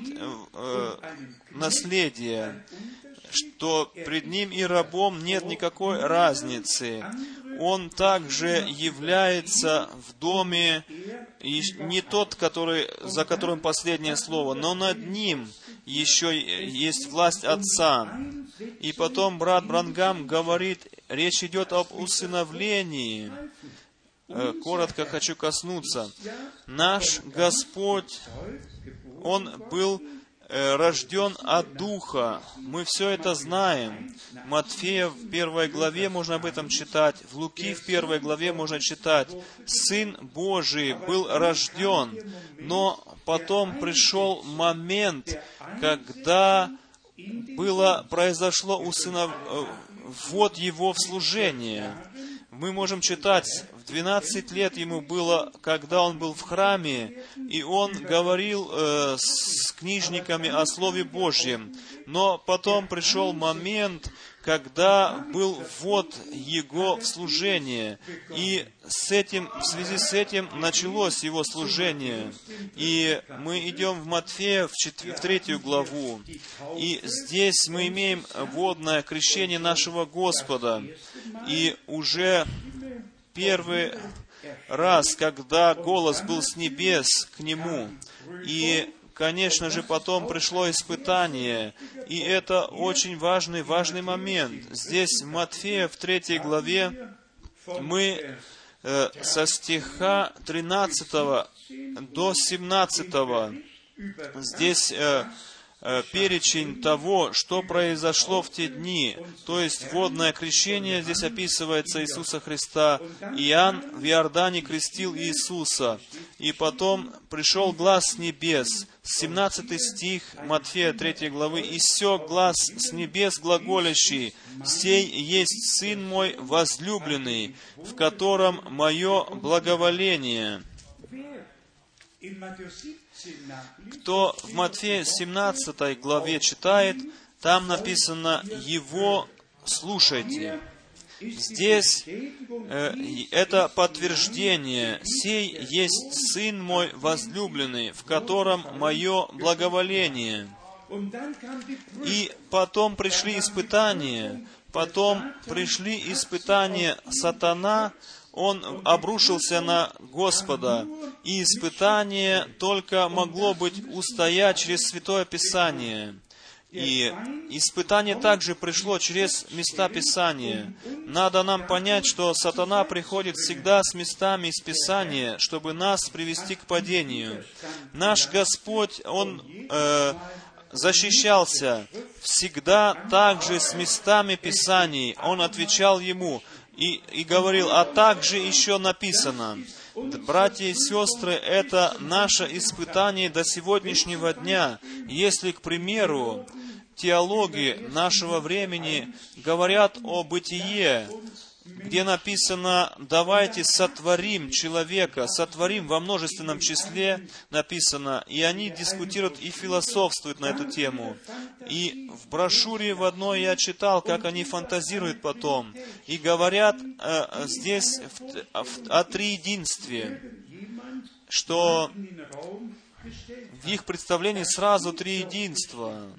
наследия, что пред ним и рабом нет никакой разницы. Он также является в доме, и не тот, за которым последнее слово, но над ним еще есть власть Отца. И потом брат Бранхам говорит, речь идет об усыновлении. Коротко хочу коснуться. Наш Господь, Он был рожден от Духа. Мы все это знаем. В Матфея в 1 главе можно об этом читать. В Луки в 1 главе можно читать. Сын Божий был рожден, но потом пришел момент, когда произошло ввод Его в служение. Мы можем читать в 12 лет ему было, когда он был в храме, и он говорил с книжниками о Слове Божьем. Но потом пришел момент, когда был ввод его в служение, и в связи с этим началось его служение. И мы идем в Матфея, в 3 главу, и здесь мы имеем водное крещение нашего Господа. И уже первый раз, когда голос был с небес к нему, и конечно же, потом пришло испытание, и это очень важный момент. Здесь, в Матфея, в 3 главе, мы со стиха 13 до 17, здесь перечень того, что произошло в те дни. То есть водное крещение, здесь описывается Иисуса Христа. Иоанн в Иордане крестил Иисуса. И потом пришел глас с небес. 17 стих Матфея 3 главы. «И сё глас с небес глаголящий, сей есть Сын мой возлюбленный, в котором мое благоволение». Кто в Матфея 17 главе читает, там написано «Его слушайте». Здесь это подтверждение. «Сей есть Сын мой возлюбленный, в котором мое благоволение». И потом пришли испытания. Сатана, он обрушился на Господа, и испытание только могло быть устоять через Святое Писание. И испытание также пришло через места Писания. Надо нам понять, что сатана приходит всегда с местами из Писания, чтобы нас привести к падению. Наш Господь, Он защищался всегда также с местами Писаний. Он отвечал ему и говорил, а также еще написано. Братья и сестры, это наше испытание до сегодняшнего дня. Если, к примеру, теологи нашего времени говорят о бытие, где написано, давайте сотворим человека, сотворим во множественном числе написано, и они дискутируют и философствуют на эту тему. И в брошюре в одной я читал, как они фантазируют потом, и говорят здесь о триединстве, что в их представлении сразу триединство.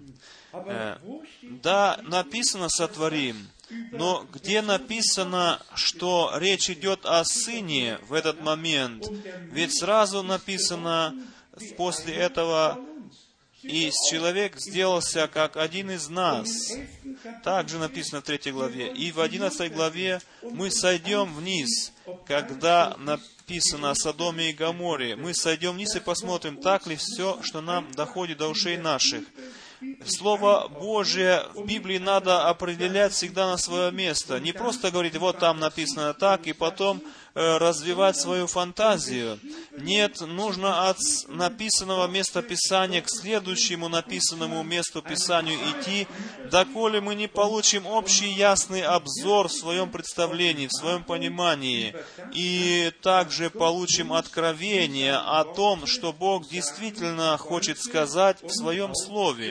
Да, написано «сотворим», но где написано, что речь идет о Сыне в этот момент? Ведь сразу написано после этого, «И человек сделался как один из нас». Также написано в 3 главе. И в 11 главе мы сойдем вниз, когда написано о Содоме и Гоморе. Мы сойдем вниз и посмотрим, так ли все, что нам доходит до ушей наших. Слово Божие в Библии надо определять всегда на свое место. Не просто говорить, вот там написано так, и потом развивать свою фантазию. Нет, нужно от написанного места Писания к следующему написанному месту Писанию идти, доколе мы не получим общий ясный обзор в своем представлении, в своем понимании, и также получим откровение о том, что Бог действительно хочет сказать в Своем Слове.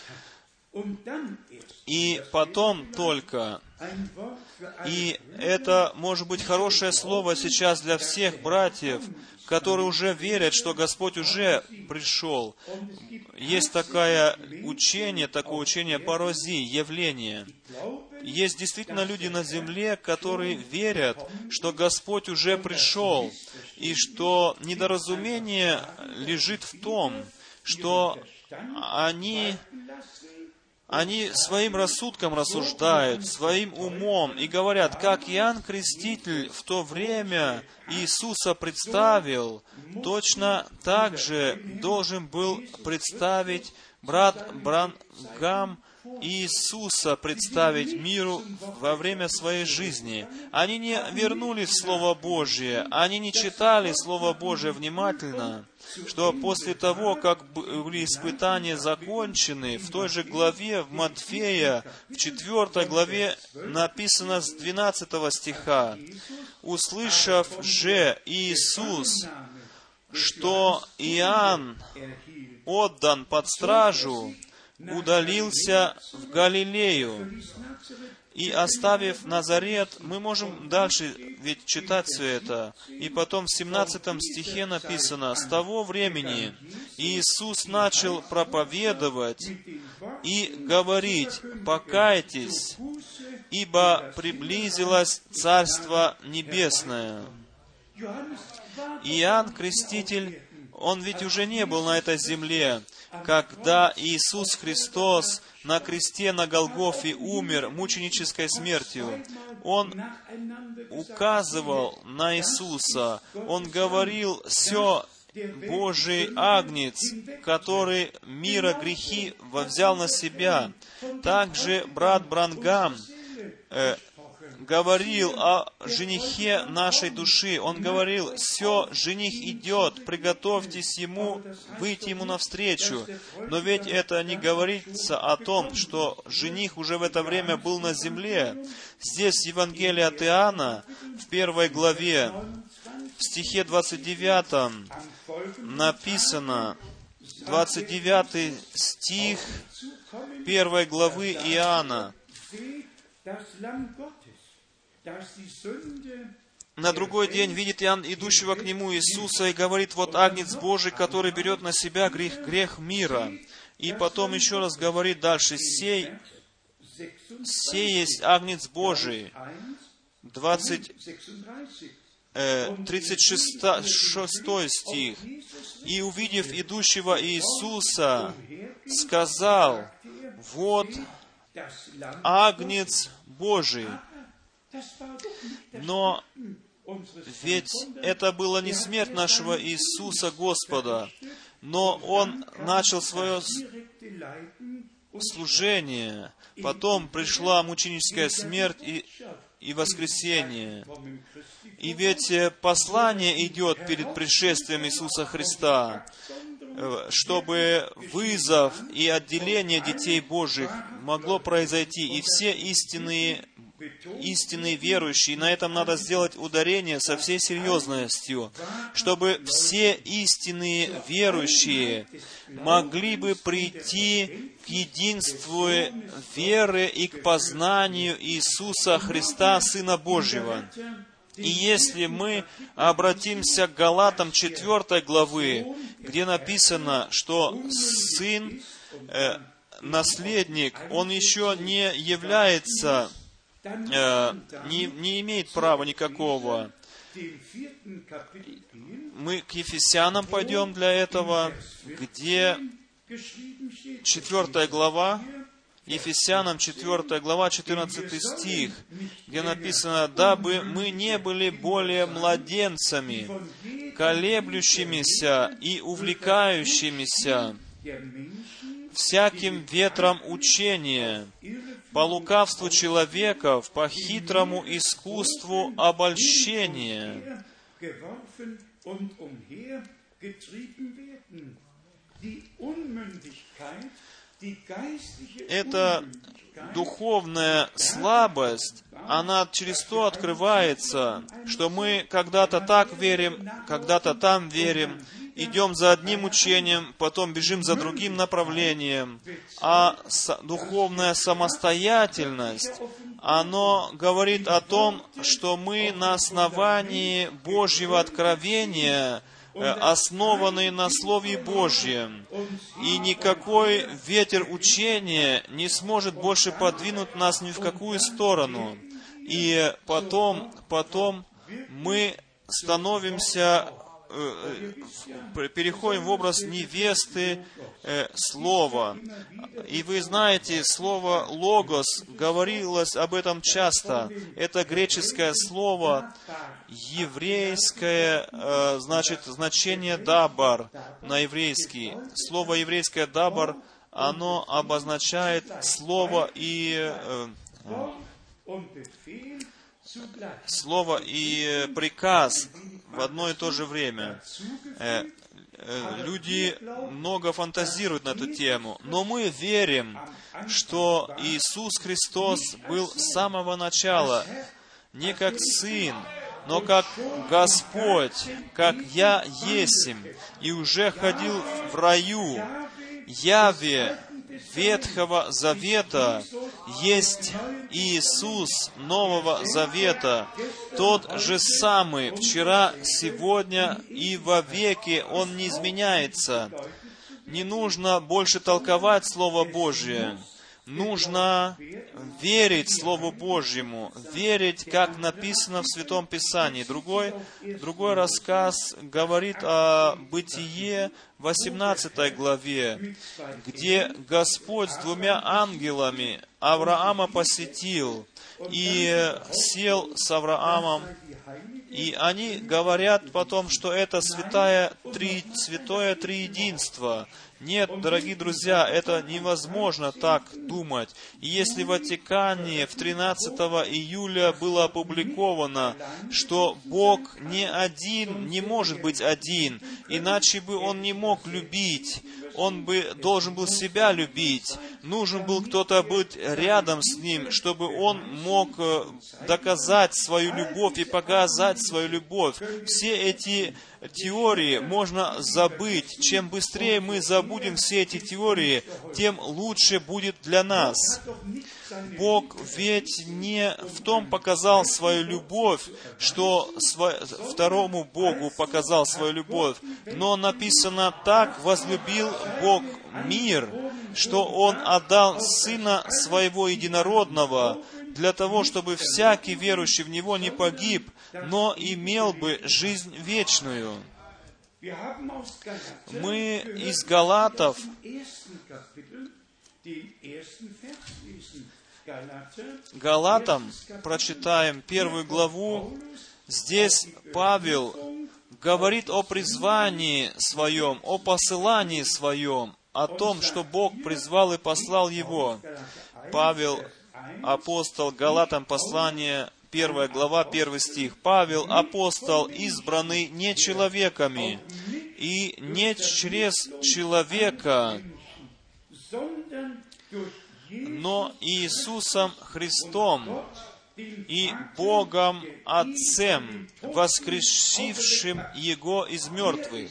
И потом только, и это может быть хорошее слово сейчас для всех братьев, которые уже верят, что Господь уже пришел. Есть такое учение парозии, явление. Есть действительно люди на земле, которые верят, что Господь уже пришел, и что недоразумение лежит в том, что они своим рассудком рассуждают, своим умом, и говорят, как Иоанн Креститель в то время Иисуса представил, точно так же должен был представить брат Бранхам Иисуса представить миру во время своей жизни. Они не вернулись в Слово Божие, они не читали Слово Божие внимательно, что после того, как были испытания закончены, в той же главе, в Матфея, в 4 главе написано с 12 стиха, Услышав же Иисус, что Иоанн отдан под стражу, удалился в Галилею. И оставив Назарет, мы можем дальше ведь читать все это. И потом в 17 стихе написано: «С того времени Иисус начал проповедовать и говорить: покайтесь, ибо приблизилось Царство Небесное». Иоанн Креститель, он ведь уже не был на этой земле, когда Иисус Христос на кресте на Голгофе умер мученической смертью. Он указывал на Иисуса. Он говорил: «Все Божий Агнец, который мира грехи взял на себя». Также брат Бранхам говорил о женихе нашей души. Он говорил: «Все, жених идет, приготовьтесь ему, выйти ему навстречу». Но ведь это не говорится о том, что жених уже в это время был на земле. Здесь в Евангелии от Иоанна, в 1 главе, в стихе 29 написано, 29 стих 1 главы Иоанна: «На другой день видит Иоанн идущего к нему Иисуса и говорит: вот Агнец Божий, который берет на себя грех мира». И потом еще раз говорит дальше: «Сей есть Агнец Божий». 36 стих. «И, увидев идущего Иисуса, сказал: вот Агнец Божий». Но ведь это была не смерть нашего Иисуса Господа, но Он начал свое служение. Потом пришла мученическая смерть и воскресение. И ведь послание идет перед пришествием Иисуса Христа, чтобы вызов и отделение детей Божьих могло произойти. И все истинные верующие, на этом надо сделать ударение со всей серьезностью, чтобы все истинные верующие могли бы прийти к единству веры и к познанию Иисуса Христа, Сына Божьего. И если мы обратимся к Галатам 4 главы, где написано, что сын, наследник, он еще не является, не имеет права никакого. Мы к Ефесянам пойдем для этого, где 4 глава, Ефесянам 4 глава, 14 стих, где написано: «Дабы мы не были более младенцами, колеблющимися и увлекающимися всяким ветром учения, по лукавству человеков, по хитрому искусству обольщения». Эта духовная слабость, она через то открывается, что мы когда-то так верим, когда-то там верим, идем за одним учением, потом бежим за другим направлением. А духовная самостоятельность, оно говорит о том, что мы на основании Божьего откровения, основанные на Слове Божьем. И никакой ветер учения не сможет больше подвинуть нас ни в какую сторону. И потом мы становимся, переходим в образ невесты Слова. И вы знаете, слово «логос» говорилось об этом часто. Это греческое слово, еврейское, значит, значение «дабар» на еврейский. Слово еврейское «дабар», оно обозначает слово и приказ в одно и то же время. Люди много фантазируют на эту тему, но мы верим, что Иисус Христос был с самого начала не как сын, но как Господь, как я есмь, и уже ходил в раю, Яве Ветхого Завета есть Иисус Нового Завета, тот же самый вчера, сегодня и вовеки, Он не изменяется. Не нужно больше толковать Слово Божие. Нужно верить Слову Божьему, верить, как написано в Святом Писании. Другой рассказ говорит о Бытие 18 главе, где Господь с 2 ангелами Авраама посетил и сел с Авраамом. И они говорят потом, что это святое триединство. Нет, дорогие друзья, это невозможно так думать. И если в Ватикане в 13 июля было опубликовано, что Бог не один, не может быть один, иначе бы Он не мог любить, Он бы должен был себя любить. Нужен был кто-то быть рядом с Ним, чтобы Он мог доказать свою любовь и показать свою любовь. Все эти теории можно забыть. Чем быстрее мы забудем все эти теории, тем лучше будет для нас. Бог ведь не в том показал свою любовь, что второму Богу показал свою любовь, но написано: так возлюбил Бог мир, что Он отдал Сына Своего Единородного, для того, чтобы всякий верующий в Него не погиб, но имел бы жизнь вечную. Мы из Галатов, Галатам прочитаем 1 главу. Здесь Павел говорит о призвании своем, о посылании своем, о том, что Бог призвал и послал его. Павел, апостол, Галатам послание, 1 глава, 1 стих. Павел, апостол, избранный не человеками, и не через человека, но Иисусом Христом и Богом Отцем, воскресившим Его из мертвых.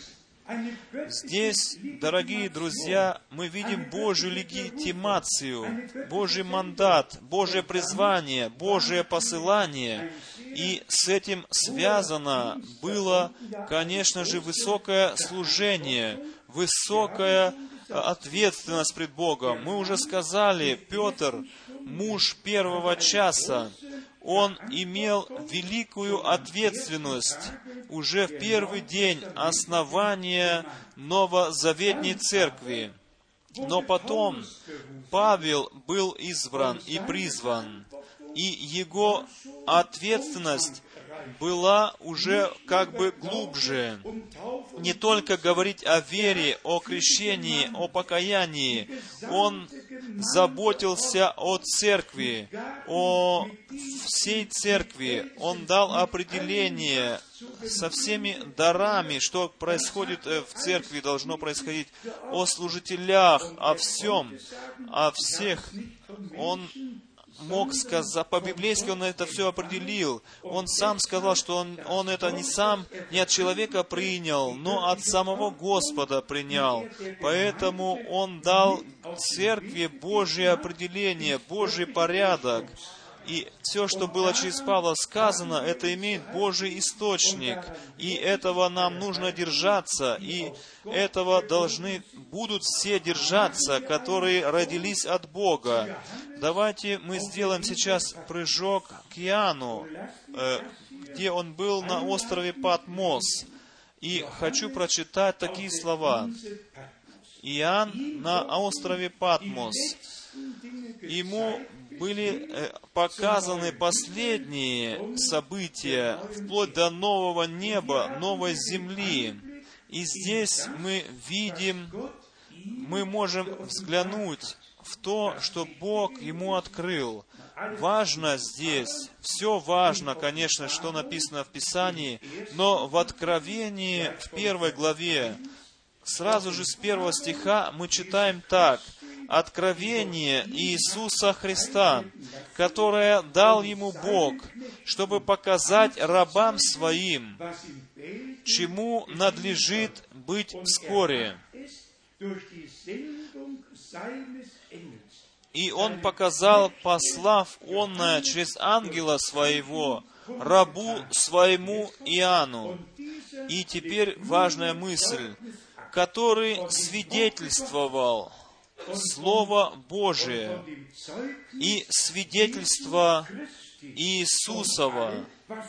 Здесь, дорогие друзья, мы видим Божью легитимацию, Божий мандат, Божье призвание, Божие посылание. И с этим связано было, конечно же, высокое служение, высокая ответственность пред Богом. Мы уже сказали, Петр, муж первого часа, он имел великую ответственность уже в первый день основания новозаветной церкви. Но потом Павел был избран и призван, и его ответственность была уже как бы глубже. Не только говорить о вере, о крещении, о покаянии. Он заботился о церкви, о всей церкви. Он дал определение со всеми дарами, что происходит в церкви, должно происходить, о служителях, о всем, о всех. Он мог сказать, по-библейски он это все определил. Он сам сказал, что он это не сам, не от человека принял, но от самого Господа принял. Поэтому он дал церкви Божье определение, Божий порядок. И все, что было через Павла сказано, это имеет Божий источник. И этого нам нужно держаться. И этого будут все держаться, которые родились от Бога. Давайте мы сделаем сейчас прыжок к Иоанну, где он был на острове Патмос. И хочу прочитать такие слова. Иоанн на острове Патмос. Ему были показаны последние события, вплоть до нового неба, новой земли. И здесь мы видим, мы можем взглянуть в то, что Бог ему открыл. Важно здесь, все важно, конечно, что написано в Писании, но в Откровении, в 1 главе, сразу же с 1 стиха мы читаем так: откровение Иисуса Христа, которое дал ему Бог, чтобы показать рабам своим, чему надлежит быть вскоре. И Он показал, послав онное через ангела Своего, рабу Своему Иоанну. И теперь важная мысль, который свидетельствовал Слово Божие и свидетельство Иисусова,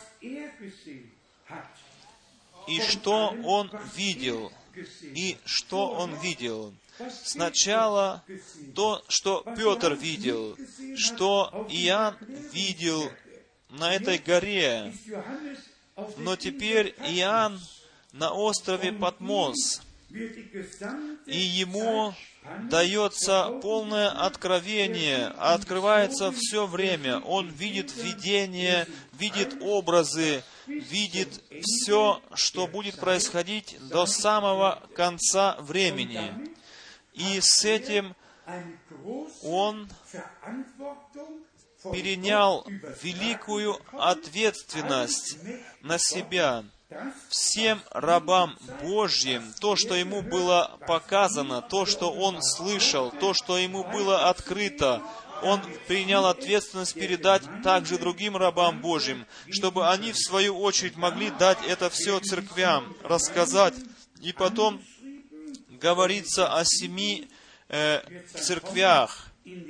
и что Он видел, и что Он видел. Сначала то, что Петр видел, что Иоанн видел на этой горе, но теперь Иоанн на острове Патмос, и ему дается полное откровение, открывается все время. Он видит видения, видит образы, видит все, что будет происходить до самого конца времени. И с этим он перенял великую ответственность на себя. Всем рабам Божьим то, что ему было показано, то, что он слышал, то, что ему было открыто, он принял ответственность передать также другим рабам Божьим, чтобы они, в свою очередь, могли дать это все церквям, рассказать. И потом говорится о 7 церквях.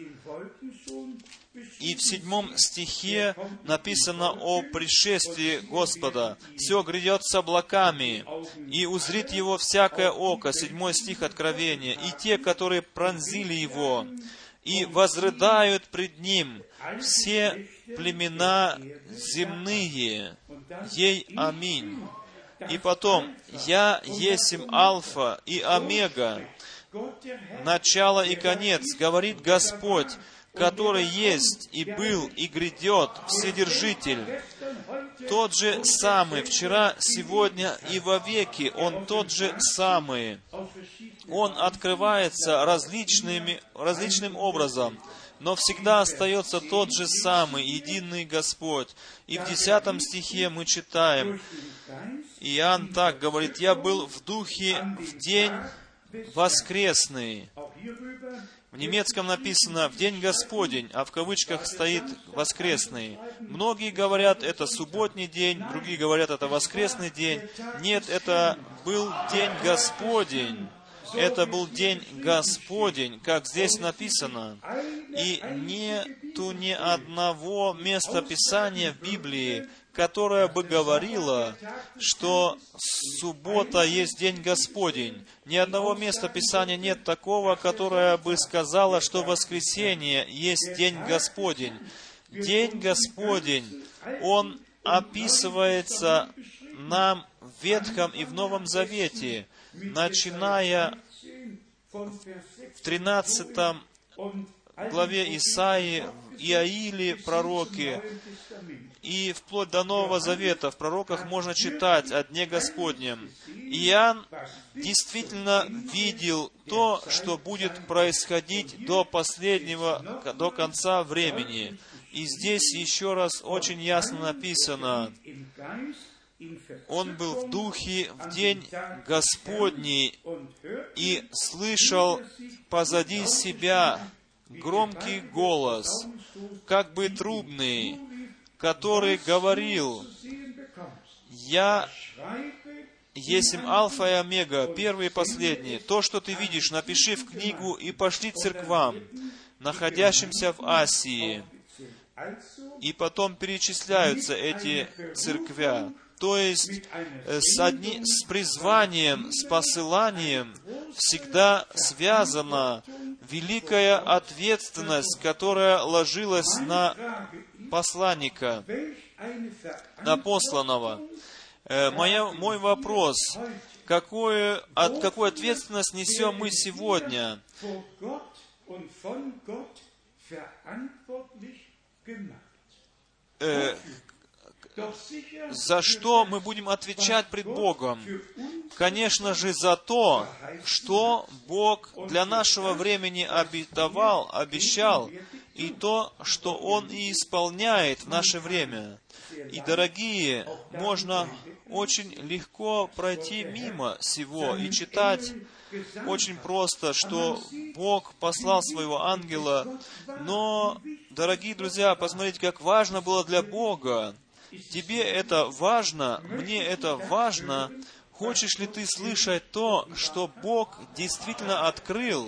И в 7 стихе написано о пришествии Господа. «Все грядет с облаками, и узрит Его всякое око». 7 стих Откровения. «И те, которые пронзили Его, и возрыдают пред Ним все племена земные. Ей аминь». И потом, «Я есмь Алфа и Омега, начало и конец, говорит Господь, который есть, и был, и грядет, Вседержитель». Тот же самый, вчера, сегодня и вовеки, Он тот же самый. Он открывается различным образом, но всегда остается тот же самый, единый Господь. И в 10 стихе мы читаем, Иоанн так говорит: «Я был в духе в день воскресный». В немецком написано «в день Господень», а в кавычках стоит «воскресный». Многие говорят, это субботний день, другие говорят, это воскресный день. Нет, это был день Господень. Это был день Господень, как здесь написано. И нету ни одного места Писания в Библии, которое бы говорило, что суббота есть день Господень. Ни одного места Писания нет такого, которое бы сказало, что воскресенье есть день Господень. День Господень, он описывается нам в Ветхом и в Новом Завете, начиная в 13 главе Исаии, Иаиле пророки, и вплоть до Нового Завета в пророках можно читать о Дне Господнем. Иоанн действительно видел то, что будет происходить до конца времени. И здесь еще раз очень ясно написано: он был в духе в день Господний и слышал позади себя громкий голос, как бы трубный, который говорил: «Я есмь Алфа и Омега, первый и последний. То, что ты видишь, напиши в книгу и пошли церквам, находящимся в Асии». И потом перечисляются эти церквя. То есть с призванием, с посыланием всегда связана великая ответственность, которая ложилась на посланника, на посланного. Мой вопрос: какую ответственность несем мы сегодня? за что мы будем отвечать пред Богом? Конечно же, за то, что Бог для нашего времени обещал, и то, что Он и исполняет в наше время. И, дорогие, можно очень легко пройти мимо сего и читать очень просто, что Бог послал своего ангела. Но, дорогие друзья, посмотрите, как важно было для Бога. Тебе это важно, мне это важно. Хочешь ли ты слышать то, что Бог действительно открыл?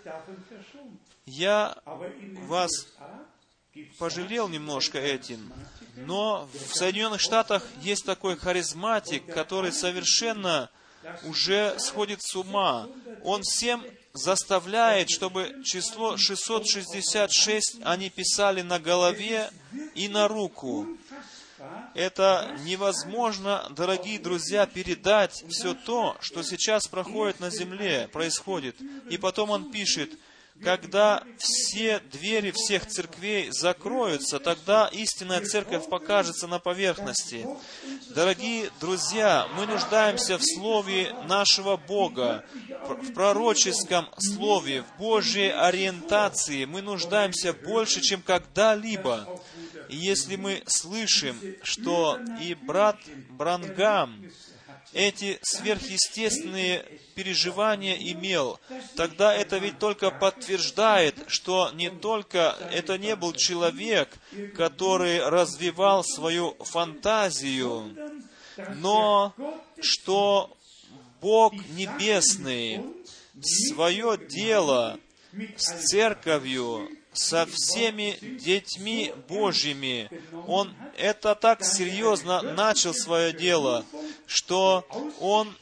Я вас пожалел немножко этим, но в Соединенных Штатах есть такой харизматик, который совершенно уже сходит с ума. Он всем заставляет, чтобы число 666 они писали на голове и на руку. Это невозможно, дорогие друзья, передать все то, что сейчас проходит на земле, происходит. И потом он пишет: когда все двери всех церквей закроются, тогда истинная церковь покажется на поверхности. Дорогие друзья, мы нуждаемся в Слове нашего Бога, в пророческом Слове, в Божьей ориентации. Мы нуждаемся больше, чем когда-либо. И если мы слышим, что и брат Бранхам эти сверхъестественные переживания имел, тогда это ведь только подтверждает, что не только это не был человек, который развивал свою фантазию, но что Бог Небесный свое дело с церковью, со всеми детьми Божьими, Он это так серьезно начал свое дело, что Он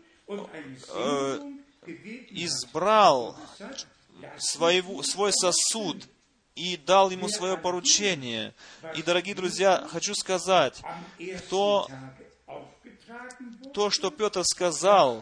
избрал свой сосуд и дал ему свое поручение. И, дорогие друзья, хочу сказать, то, что Петр сказал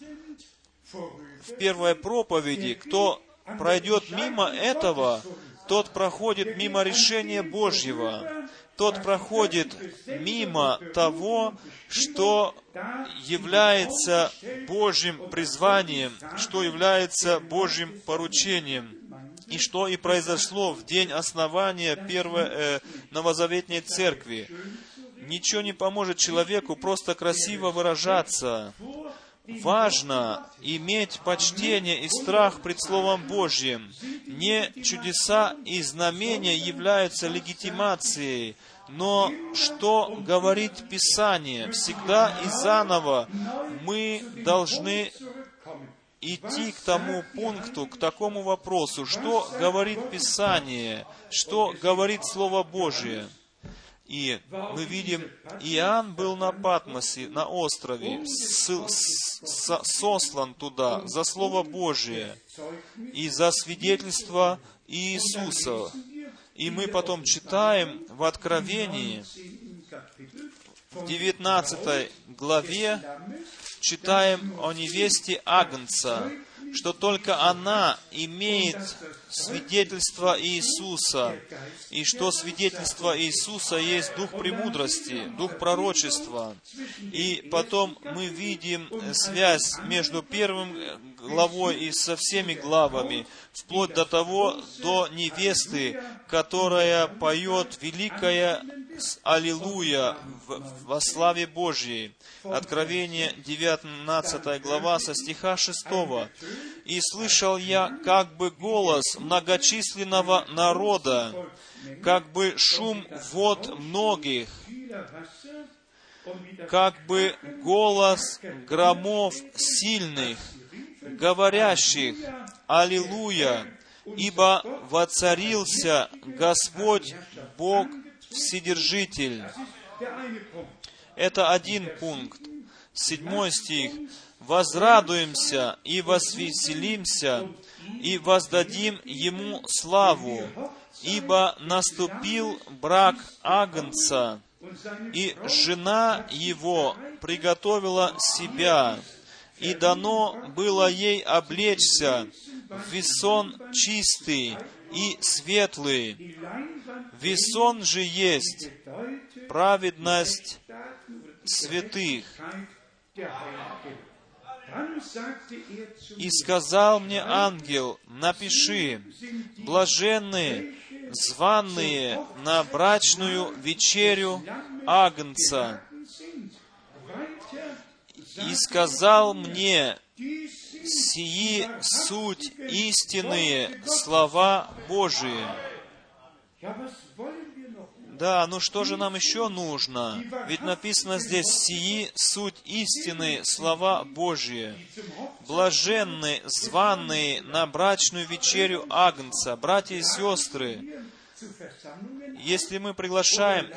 в первой проповеди, кто пройдет мимо этого, тот проходит мимо решения Божьего. Тот проходит мимо того, что является Божьим призванием, что является Божьим поручением, и что и произошло в день основания первой новозаветной церкви. Ничего не поможет человеку просто красиво выражаться. Важно иметь почтение и страх пред Словом Божьим. Не чудеса и знамения являются легитимацией, но что говорит Писание? Всегда и заново мы должны идти к тому пункту, к такому вопросу, что говорит Писание, что говорит Слово Божие. И мы видим, Иоанн был на Патмосе, на острове, сослан туда за Слово Божие и за свидетельство Иисуса. И мы потом читаем в Откровении, в 19 главе, читаем о невесте Агнца, что только она имеет свидетельство Иисуса, и что свидетельство Иисуса есть дух премудрости, дух пророчества. И потом мы видим связь между первым главой и со всеми главами, вплоть до того, до невесты, которая поет великое Аллилуйя во славе Божьей. Откровение 19 глава со стиха 6. «И слышал я как бы голос многочисленного народа, как бы шум вод многих, как бы голос громов сильных, говорящих: Аллилуйя, ибо воцарился Господь Бог Вседержитель». Это один пункт. 7 стих. «Возрадуемся и возвеселимся, и воздадим Ему славу, ибо наступил брак Агнца, и жена Его приготовила себя, и дано было ей облечься в весон чистый и светлый. Весон же есть праведность святых. И сказал мне ангел: напиши: блаженны званые на брачную вечерю Агнца. И сказал мне: сии суть истинные слова Божии. Да, ну что же нам еще нужно? Ведь написано здесь: сии суть истины слова Божьи. Блаженны званые на брачную вечерю Агнца. Братья и сестры, если мы приглашаем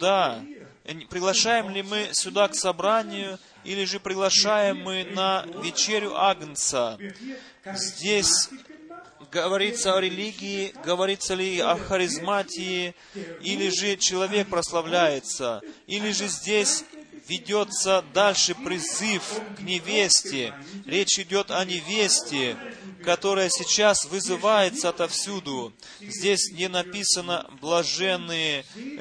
ли мы сюда к собранию, или же приглашаем мы на вечерю Агнца? Здесь говорится о религии, говорится ли о харизматии, или же человек прославляется, или же здесь ведется дальше призыв к невесте. Речь идет о невесте, которая сейчас вызывается отовсюду. Здесь не написано «блаженные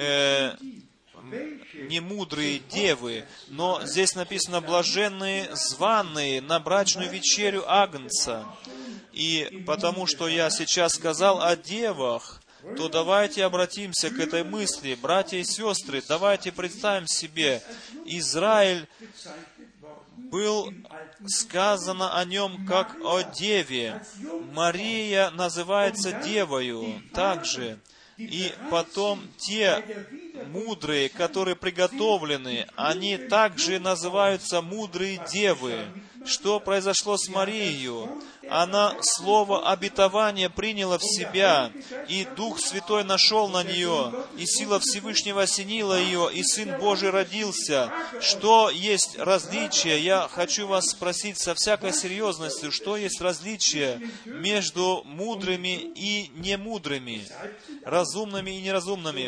немудрые девы», но здесь написано «блаженные званые на брачную вечерю Агнца». И потому что я сейчас сказал о девах, то давайте обратимся к этой мысли. Братья и сестры, давайте представим себе, Израиль был сказано о нем как о деве. Мария называется девою также. И потом те мудрые, которые приготовлены, они также называются мудрые девы. Что произошло с Марией? Она слово обетования приняла в себя, и Дух Святой нашел на нее, и сила Всевышнего осенила ее, и Сын Божий родился. Что есть различие? Я хочу вас спросить со всякой серьезностью, что есть различие между мудрыми и немудрыми, разумными и неразумными?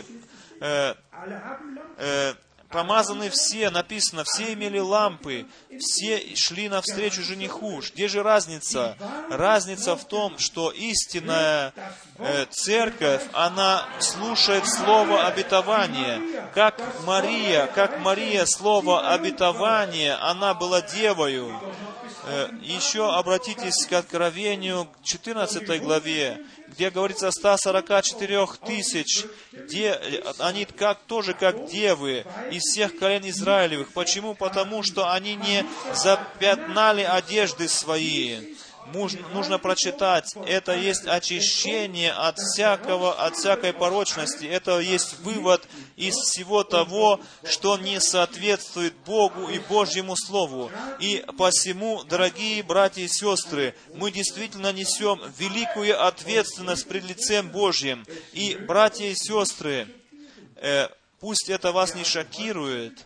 Помазаны все, написано, все имели лампы, все шли навстречу жениху. Где же разница? Разница в том, что истинная церковь, она слушает слово обетования. Как Мария слово обетования, она была девою. Еще обратитесь к Откровению, к 14 главе, где говорится о 144 тысяч, они тоже как девы из всех колен Израилевых. Почему? Потому что они не запятнали одежды свои. Нужно прочитать. Это есть очищение от всякой порочности. Это есть вывод из всего того, что не соответствует Богу и Божьему Слову. И посему, дорогие братья и сестры, мы действительно несем великую ответственность пред лицем Божьим. И, братья и сестры, пусть это вас не шокирует,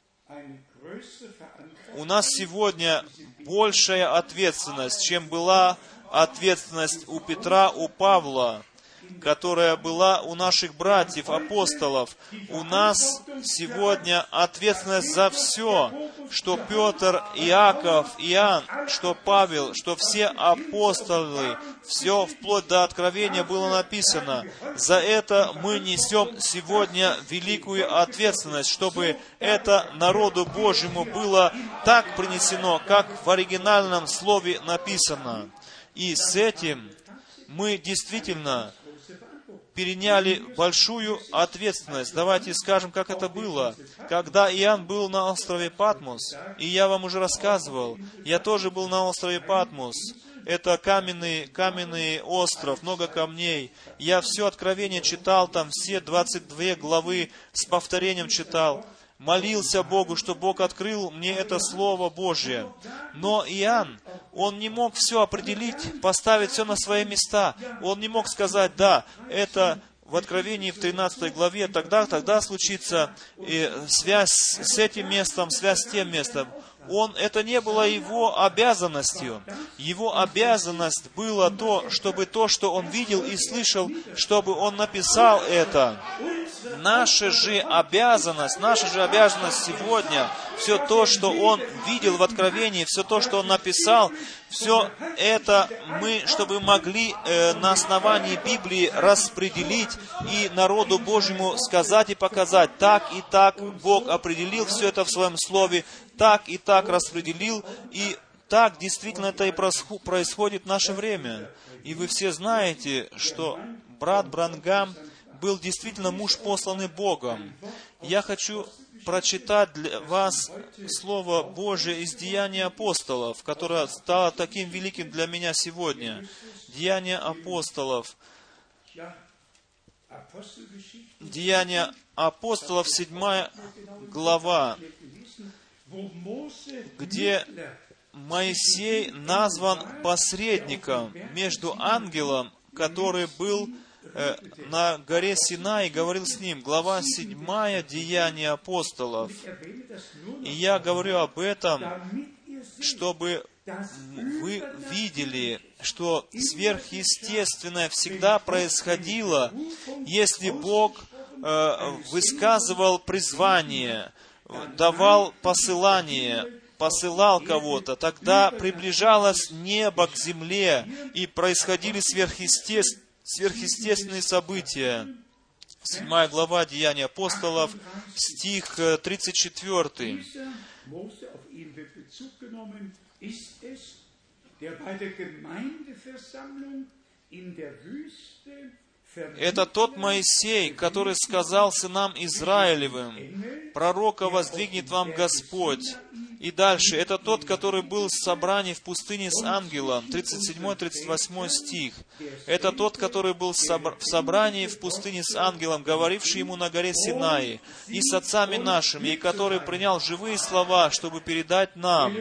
у нас сегодня большая ответственность, чем была ответственность у Петра, у Павла, которая была у наших братьев, апостолов. У нас сегодня ответственность за все, что Петр, Иаков, Иоанн, что Павел, что все апостолы, все вплоть до Откровения было написано. За это мы несем сегодня великую ответственность, чтобы это народу Божьему было так принесено, как в оригинальном слове написано. И с этим мы действительно переняли большую ответственность. Давайте скажем, как это было. Когда Иоанн был на острове Патмос, и я вам уже рассказывал, я тоже был на острове Патмос. Это каменный остров, много камней. Я все Откровение читал, там все 22 главы с повторением читал. Молился Богу, что Бог открыл мне это Слово Божье. Но Иоанн, он не мог все определить, поставить все на свои места. Он не мог сказать, да, это в Откровении в 13 главе, тогда случится связь с этим местом, связь с тем местом. Это не было его обязанностью. Его обязанность было то, что он видел и слышал, чтобы он написал это. наша же обязанность сегодня, все то, что Он видел в Откровении, все то, что Он написал, все это мы, чтобы могли на основании Библии распределить и народу Божьему сказать и показать. Так и так Бог определил все это в Своем Слове, так и так распределил, и так действительно это и происходит в наше время. И вы все знаете, что брат Бранхам был действительно муж, посланный Богом. Я хочу прочитать для вас Слово Божие из Деяния апостолов, которое стало таким великим для меня сегодня. Деяния апостолов. Деяния апостолов, 7 глава, где Моисей назван посредником между ангелом, который был на горе Синай и говорил с ним. Глава 7 Деяния апостолов. И я говорю об этом, чтобы вы видели, что сверхъестественное всегда происходило, если Бог высказывал призвание, давал посылание, посылал кого-то, тогда приближалось небо к земле, и происходили сверхъестественные события. 7 глава Деяния апостолов, стих 34. Это тот Моисей, который сказал сынам Израилевым: «Пророка воздвигнет вам Господь». И дальше, это тот, который был в собрании в пустыне с ангелом, 37-38 стих. Это тот, который был в собрании в пустыне с ангелом, говоривший ему на горе Синай, и с отцами нашими, и который принял живые слова, чтобы передать нам,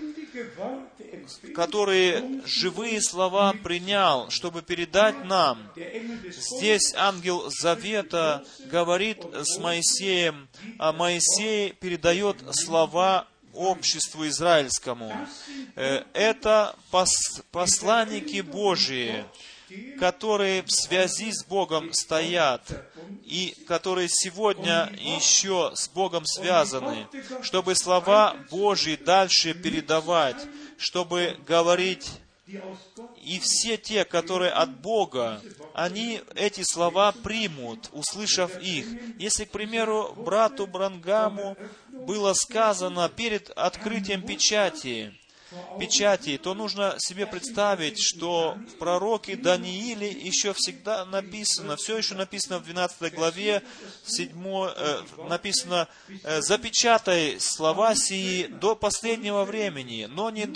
который живые слова принял, чтобы передать нам. Здесь ангел Завета говорит с Моисеем, а Моисей передает слова обществу израильскому. Это посланники Божии, которые в связи с Богом стоят, и которые сегодня еще с Богом связаны, чтобы слова Божьи дальше передавать, чтобы говорить. И все те, которые от Бога, они эти слова примут, услышав их. Если, к примеру, брату Бранхаму было сказано перед открытием печати, то нужно себе представить, что в пророке Данииле еще всегда написано, все еще написано в 12 главе, 7, написано: «Запечатай слова сии до последнего времени», но не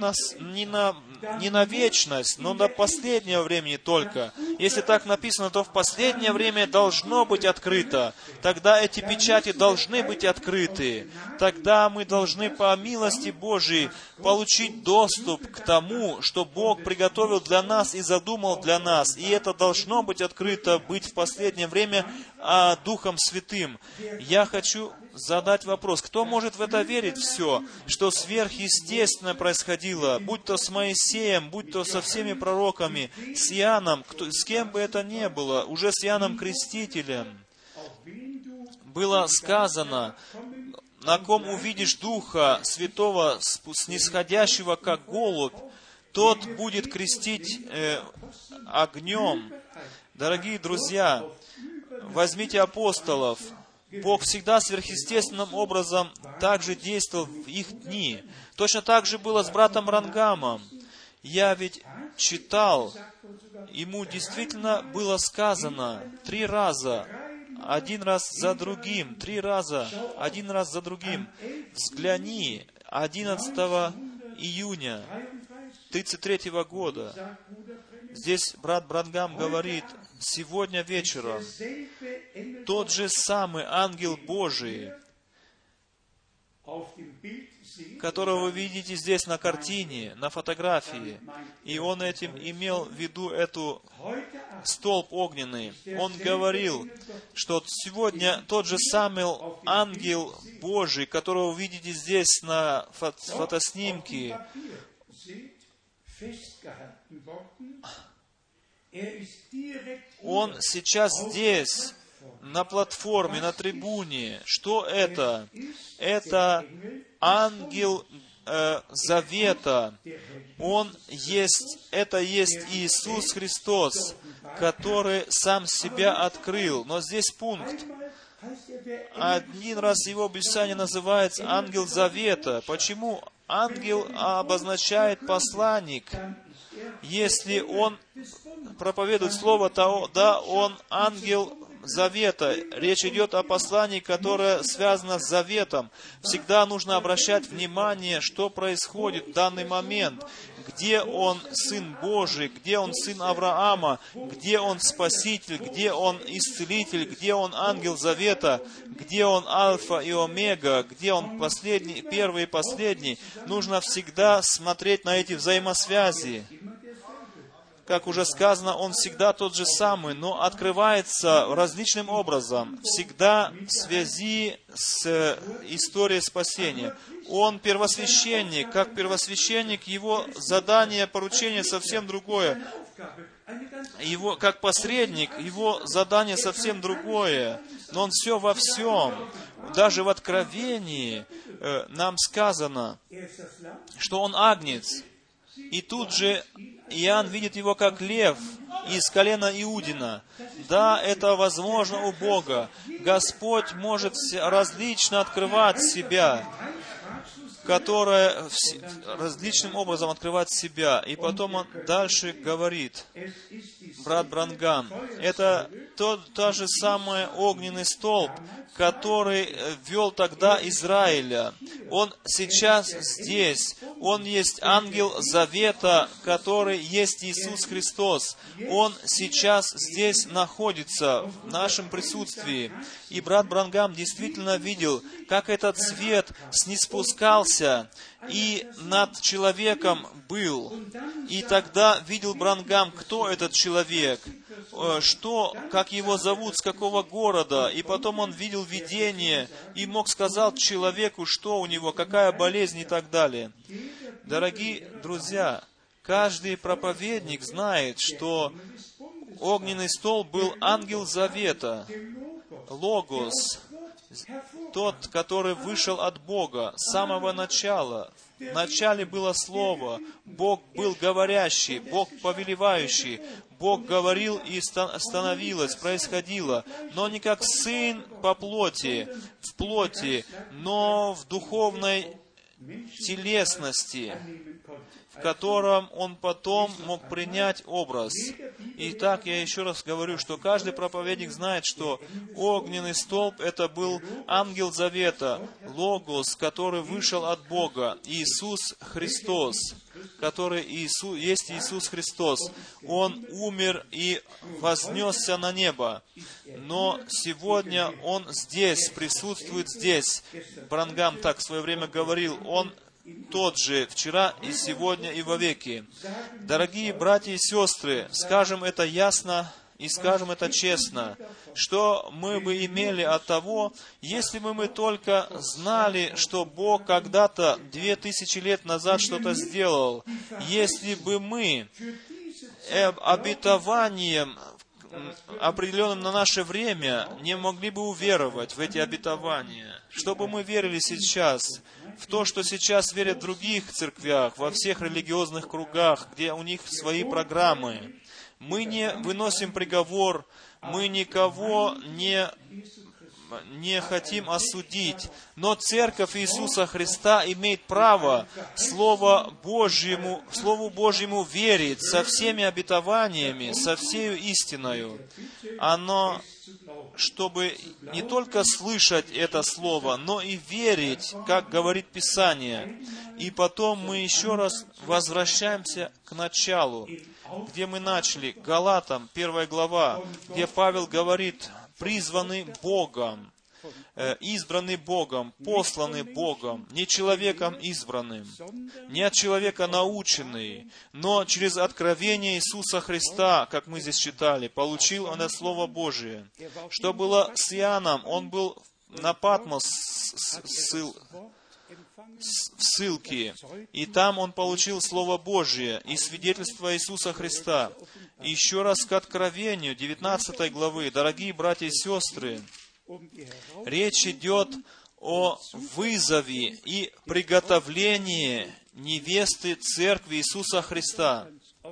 на вечность, но до последнего времени только. Если так написано, то в последнее время должно быть открыто. Тогда эти печати должны быть открыты. Тогда мы должны по милости Божией получить доступ к тому, что Бог приготовил для нас и задумал для нас. И это должно быть открыто, быть в последнее время Духом Святым. Я хочу задать вопрос: кто может в это верить все, что сверхъестественно происходило, будь то с Моисеем, будь то со всеми пророками, с Иоанном, с кем бы это ни было, уже с Иоанном Крестителем. Было сказано: на ком увидишь Духа Святого, снисходящего как голубь, тот будет крестить огнем. Дорогие друзья, возьмите апостолов. Бог всегда сверхъестественным образом также действовал в их дни. Точно так же было с братом Бранхамом. Я ведь читал, ему действительно было сказано 3 раза, один раз за другим, 3 раза, один раз за другим: взгляни, 11 июня 1933 года. Здесь брат Бранхам говорит: сегодня вечером тот же самый ангел Божий, которого вы видите здесь на картине, на фотографии, и он этим имел в виду эту столб огненный. Он говорил, что сегодня тот же самый ангел Божий, которого вы видите здесь на фотоснимке, он сейчас здесь, на платформе, на трибуне. Что это? Это ангел завета. Это есть Иисус Христос, который сам себя открыл. Но здесь пункт. Один раз его Писание называется ангел завета. Почему? Ангел обозначает посланник. Если он проповедует Слово, то да, он ангел завета. Речь идет о послании, которое связано с заветом. Всегда нужно обращать внимание, что происходит в данный момент. Где он Сын Божий, где он Сын Авраама, где он Спаситель, где он Исцелитель, где он ангел завета, где он Альфа и Омега, где он последний, первый и последний. Нужно всегда смотреть на эти взаимосвязи. Как уже сказано, он всегда тот же самый, но открывается различным образом, всегда в связи с историей спасения. Он первосвященник. Как первосвященник, его задание, поручение совсем другое. Его, как посредник, его задание совсем другое. Но он все во всем. Даже в Откровении нам сказано, что он агнец. И тут же Иоанн видит его как лев из колена Иудина. Да, это возможно у Бога. Господь может различно открывать себя, которая различным образом открывает себя. И потом он дальше говорит, брат Бранхам, это та же самая огненный столб, который вел тогда Израиля. Он сейчас здесь. Он есть ангел завета, который есть Иисус Христос. Он сейчас здесь находится, в нашем присутствии. И брат Бранхам действительно видел, как этот свет ниспускался и над человеком был. И тогда видел Бранхам, кто этот человек, как его зовут, с какого города. И потом он видел видение и мог сказать человеку, что у него, какая болезнь и так далее. Дорогие друзья, каждый проповедник знает, что огненный столб был ангел завета, Логос, тот, который вышел от Бога с самого начала. В начале было Слово, Бог был говорящий, Бог повелевающий, Бог говорил и становилось, происходило, но не как Сын по плоти, в плоти, но в духовной телесности, в котором он потом мог принять образ. Итак, я еще раз говорю, что каждый проповедник знает, что огненный столб — это был ангел завета, Логос, который вышел от Бога, Иисус Христос, который есть Иисус Христос. Он умер и вознесся на небо. Но сегодня Он здесь, присутствует здесь. Бранхам так в свое время говорил, Он тот же вчера и сегодня и вовеки. Дорогие братья и сестры, скажем это ясно и скажем это честно, что мы бы имели от того, если бы мы только знали, что Бог когда-то 2000 лет назад что-то сделал, если бы мы обетованием, определенным на наше время, не могли бы уверовать в эти обетования, чтобы мы верили сейчас в то, что сейчас верят в других церквях, во всех религиозных кругах, где у них свои программы. Мы не выносим приговор, мы никого не хотим осудить, но Церковь Иисуса Христа имеет право Слову Божьему верить со всеми обетованиями, со всею истиною. Оно, чтобы не только слышать это Слово, но и верить, как говорит Писание. И потом мы еще раз возвращаемся к началу, где мы начали, Галатам, 1 глава, где Павел говорит, призваны Богом, избраны Богом, посланы Богом, не человеком избранным, не от человека наученный, но через откровение Иисуса Христа, как мы здесь читали, получил он это Слово Божие. Что было с Иоанном? Он был на Патмос в ссылке, и там он получил Слово Божие и свидетельство Иисуса Христа. И еще раз к Откровению, 19 главы, дорогие братья и сестры, речь идет о вызове и приготовлении невесты Церкви Иисуса Христа.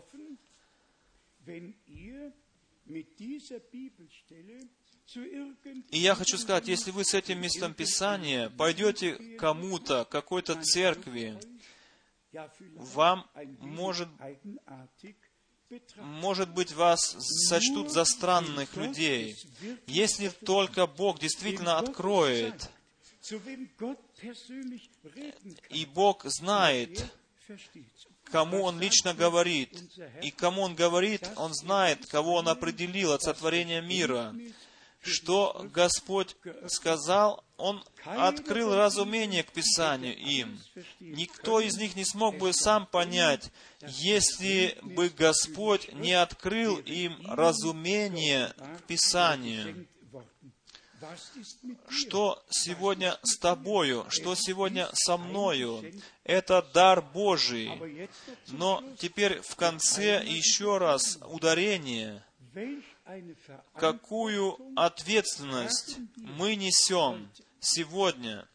И я хочу сказать, если вы с этим местом Писания пойдете к кому-то, какой-то церкви, вам, может быть, вас сочтут за странных людей. Если только Бог действительно откроет, и Бог знает, кому Он лично говорит, и кому Он говорит, Он знает, кого Он определил от сотворения мира. Что Господь сказал, Он открыл разумение к Писанию им. Никто из них не смог бы сам понять, если бы Господь не открыл им разумение к Писанию. Что сегодня с тобою, что сегодня со мною, это дар Божий. Но теперь в конце еще раз ударение. Какую ответственность мы несем сегодня?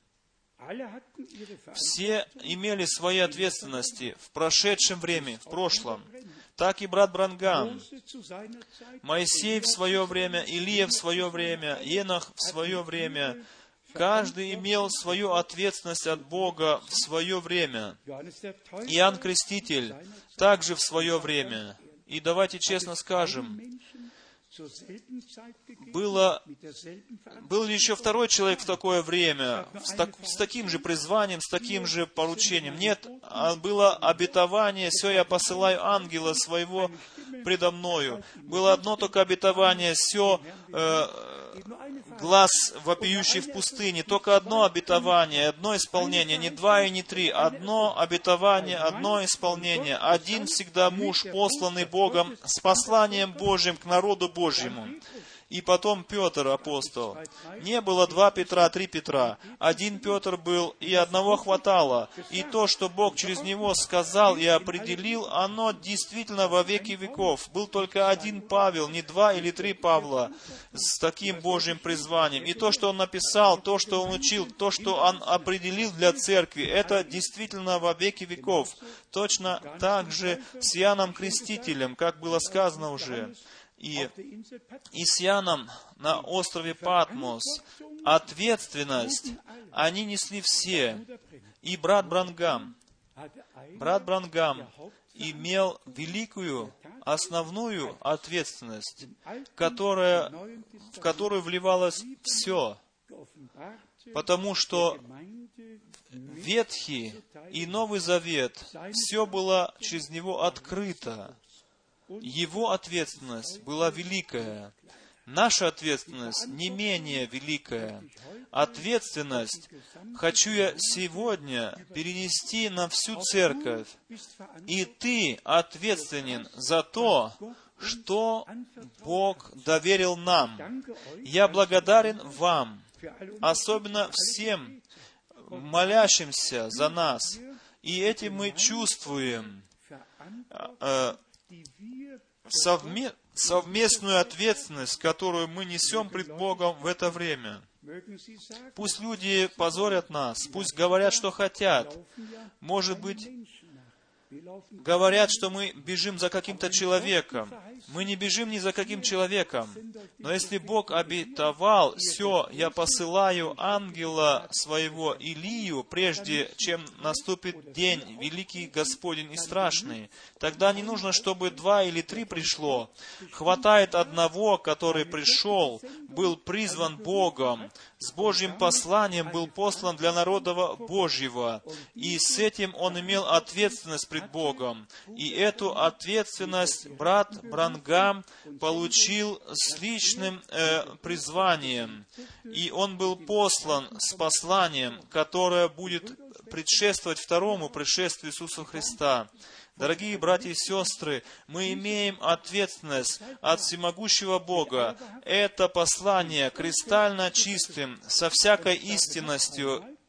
Все имели свои ответственности в прошедшем времени, в прошлом. Так и брат Бранхам. Моисей в свое время, Илия в свое время, Енох в свое время. Каждый имел свою ответственность от Бога в свое время. Иоанн Креститель также в свое время. И давайте честно скажем, был ли еще второй человек в такое время, с таким же призванием, с таким же поручением? Нет, было обетование: «Все, я посылаю ангела своего предо мною». Было одно только обетование: «Все, глаз вопиющий в пустыне». Только одно обетование, одно исполнение, не два и не три. Одно обетование, одно исполнение. Один всегда муж, посланный Богом с посланием Божьим к народу Божьему. И потом Петр, апостол. Не было 2 Петра, 3 Петра. 1 Петр был, и одного хватало. И то, что Бог через него сказал и определил, оно действительно во веки веков. Был только 1 Павел, не 2 или 3 Павла с таким Божьим призванием. И то, что он написал, то, что он учил, то, что он определил для церкви, это действительно во веки веков. Точно так же с Иоанном Крестителем, как было сказано уже. И с Иоанном на острове Патмос ответственность они несли все. И брат Бранхам имел великую, основную ответственность, в которую вливалось все. Потому что Ветхий и Новый Завет, все было через него открыто. Его ответственность была великая. Наша ответственность не менее великая. Ответственность хочу я сегодня перенести на всю церковь. И ты ответственен за то, что Бог доверил нам. Я благодарен вам, особенно всем молящимся за нас. И этим мы чувствуем совместную ответственность, которую мы несем пред Богом в это время. Пусть люди позорят нас, пусть говорят, что хотят. Может быть, говорят, что мы бежим за каким-то человеком. Мы не бежим ни за каким человеком. Но если Бог обетовал: «Все, я посылаю ангела своего Илию, прежде чем наступит день великий Господень и страшный», тогда не нужно, чтобы 2 или 3 пришло. Хватает одного, который пришел, был призван Богом, с Божьим посланием был послан для народа Божьего, и с этим он имел ответственность пред Богом. И эту ответственность брат Бранхам получил с личным призванием, и он был послан с посланием, которое будет предшествовать второму пришествию Иисуса Христа. Дорогие братья и сестры, мы имеем ответственность от всемогущего Бога. Это послание кристально чистым, со всякой истинностью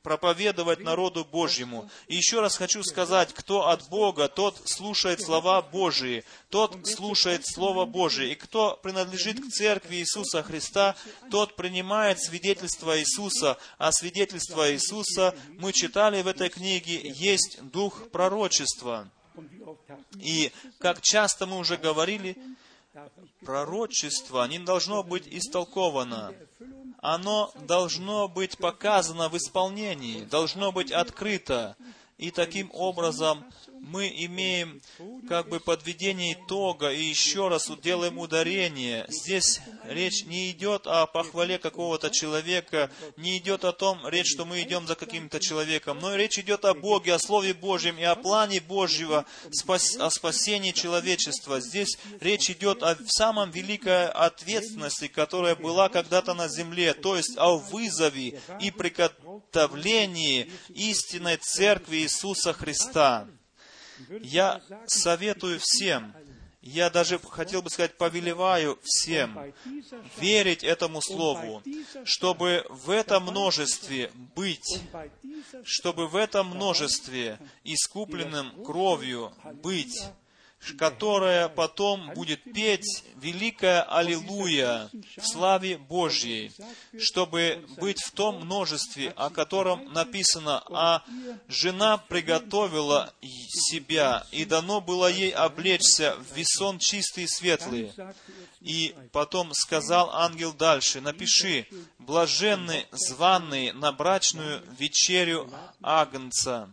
проповедовать народу Божьему. И еще раз хочу сказать, кто от Бога, тот слушает слова Божии, тот слушает Слово Божие. И кто принадлежит к церкви Иисуса Христа, тот принимает свидетельство Иисуса. А свидетельство Иисуса, мы читали в этой книге, есть дух пророчества. И, как часто мы уже говорили, пророчество не должно быть истолковано. Оно должно быть показано в исполнении, должно быть открыто. И таким образом мы имеем как бы подведение итога и еще раз делаем ударение. Здесь речь не идет о похвале какого-то человека, не идет о том, речь, что мы идем за каким-то человеком, но речь идет о Боге, о Слове Божьем и о плане Божьего, о спасении человечества. Здесь речь идет о самом великой ответственности, которая была когда-то на земле, то есть о вызове и приготовлении истинной церкви Иисуса Христа. Я советую всем, я даже хотел бы сказать, повелеваю всем верить этому Слову, чтобы в этом множестве быть, чтобы в этом множестве искупленным кровью быть, которая потом будет петь великое Аллилуйя в славе Божьей, чтобы быть в том множестве, о котором написано, а жена приготовила себя, и дано было ей облечься в весон чистый и светлый. И потом сказал ангел дальше, напиши, блаженны званые на брачную вечерю Агнца.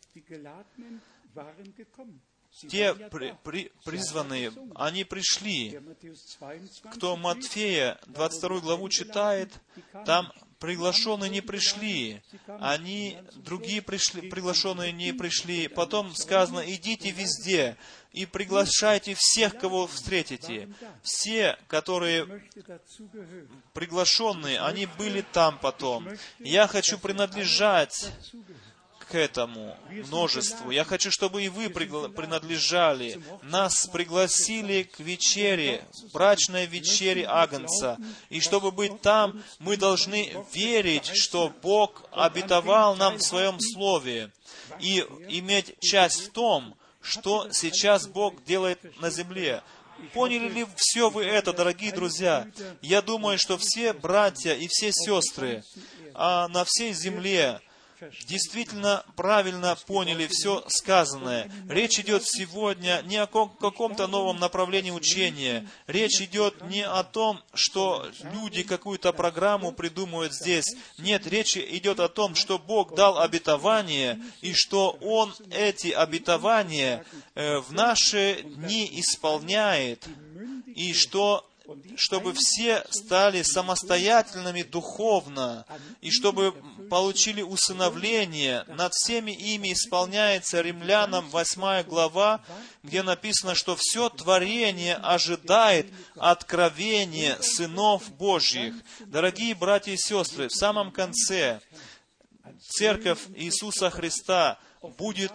Те призванные, они пришли. Кто Матфея 22 главу читает, там приглашенные не пришли. Другие приглашенные не пришли. Потом сказано, идите везде и приглашайте всех, кого встретите. Все, которые приглашенные, они были там потом. Я хочу принадлежать к этому множеству. Я хочу, чтобы и вы принадлежали. Нас пригласили к вечере, брачной вечере Агнца. И чтобы быть там, мы должны верить, что Бог обетовал нам в Своем Слове. И иметь часть в том, что сейчас Бог делает на земле. Поняли ли все вы это, дорогие друзья? Я думаю, что все братья и все сестры на всей земле действительно правильно поняли все сказанное. Речь идет сегодня не о каком-то новом направлении учения. Речь идет не о том, что люди какую-то программу придумывают здесь. Нет, речь идет о том, что Бог дал обетование, и что Он эти обетования в наши дни исполняет, и чтобы все стали самостоятельными духовно, и чтобы получили усыновление. Над всеми ими исполняется Римлянам 8 глава, где написано, что все творение ожидает откровения сынов Божьих. Дорогие братья и сестры, в самом конце Церковь Иисуса Христа будет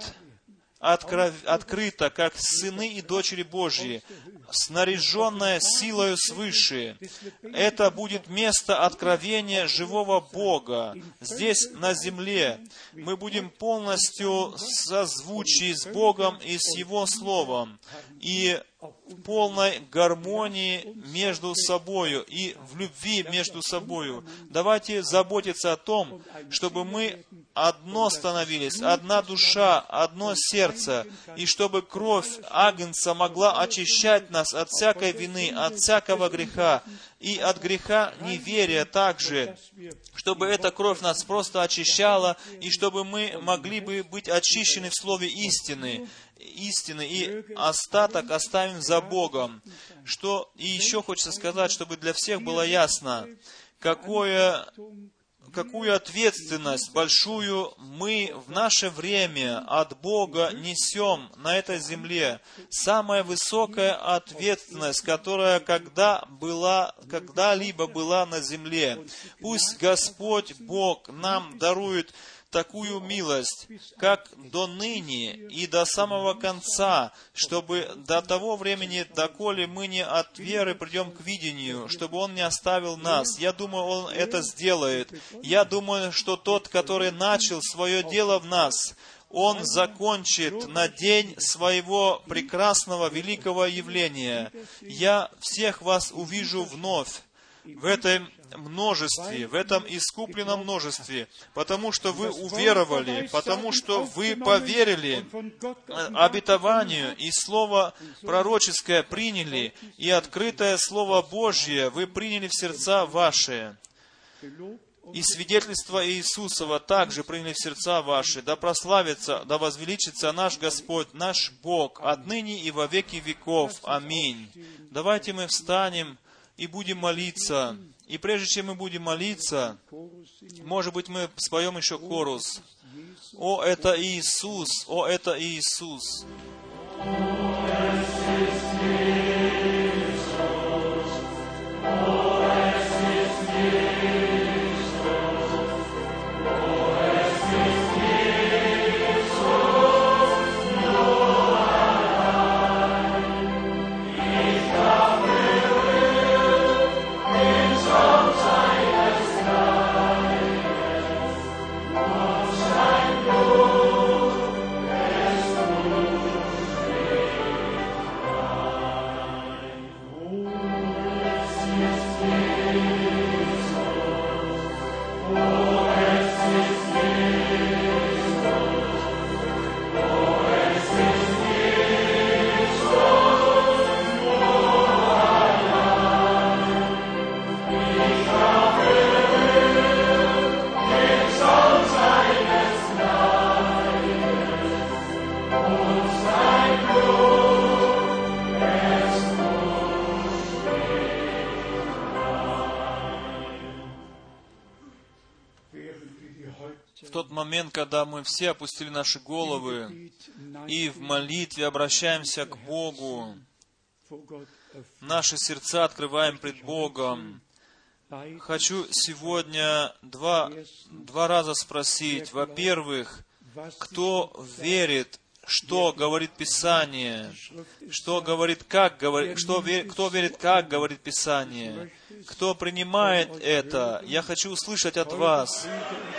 открыта, как сыны и дочери Божьи, снаряженная силою свыше. Это будет место откровения живого Бога здесь, на земле. Мы будем полностью в созвучии с Богом и с Его Словом, и в полной гармонии между собою и в любви между собою. Давайте заботиться о том, чтобы мы одно становились, одна душа, одно сердце, и чтобы кровь Агнца могла очищать нас от всякой вины, от всякого греха, и от греха неверия также, чтобы эта кровь нас просто очищала, и чтобы мы могли бы быть очищены в слове истины, и остаток оставим за Богом. И еще хочется сказать, чтобы для всех было ясно, какую ответственность большую мы в наше время от Бога несем на этой земле. Самая высокая ответственность, которая когда-либо была на земле. Пусть Господь Бог нам дарует такую милость, как до ныне и до самого конца, чтобы до того времени, доколе мы не от веры придем к видению, чтобы Он не оставил нас. Я думаю, Он это сделает. Я думаю, что Тот, который начал свое дело в нас, Он закончит на день своего прекрасного, великого явления. Я всех вас увижу вновь в этом множестве, в этом искупленном множестве, потому что вы уверовали, потому что вы поверили обетованию, и Слово пророческое приняли, и открытое Слово Божье вы приняли в сердца ваши. И свидетельство Иисусова также приняли в сердца ваши. Да прославится, да возвеличится наш Господь, наш Бог, отныне и во веки веков. Аминь. Давайте мы встанем и будем молиться. И прежде чем мы будем молиться, может быть, мы споем еще хорус. О, это Иисус! О, это Иисус! В тот момент, когда мы все опустили наши головы и в молитве обращаемся к Богу, наши сердца открываем пред Богом, хочу сегодня два раза спросить. Во-первых, кто верит, что говорит Писание, кто верит, как говорит Писание, кто принимает это. Я хочу услышать от вас.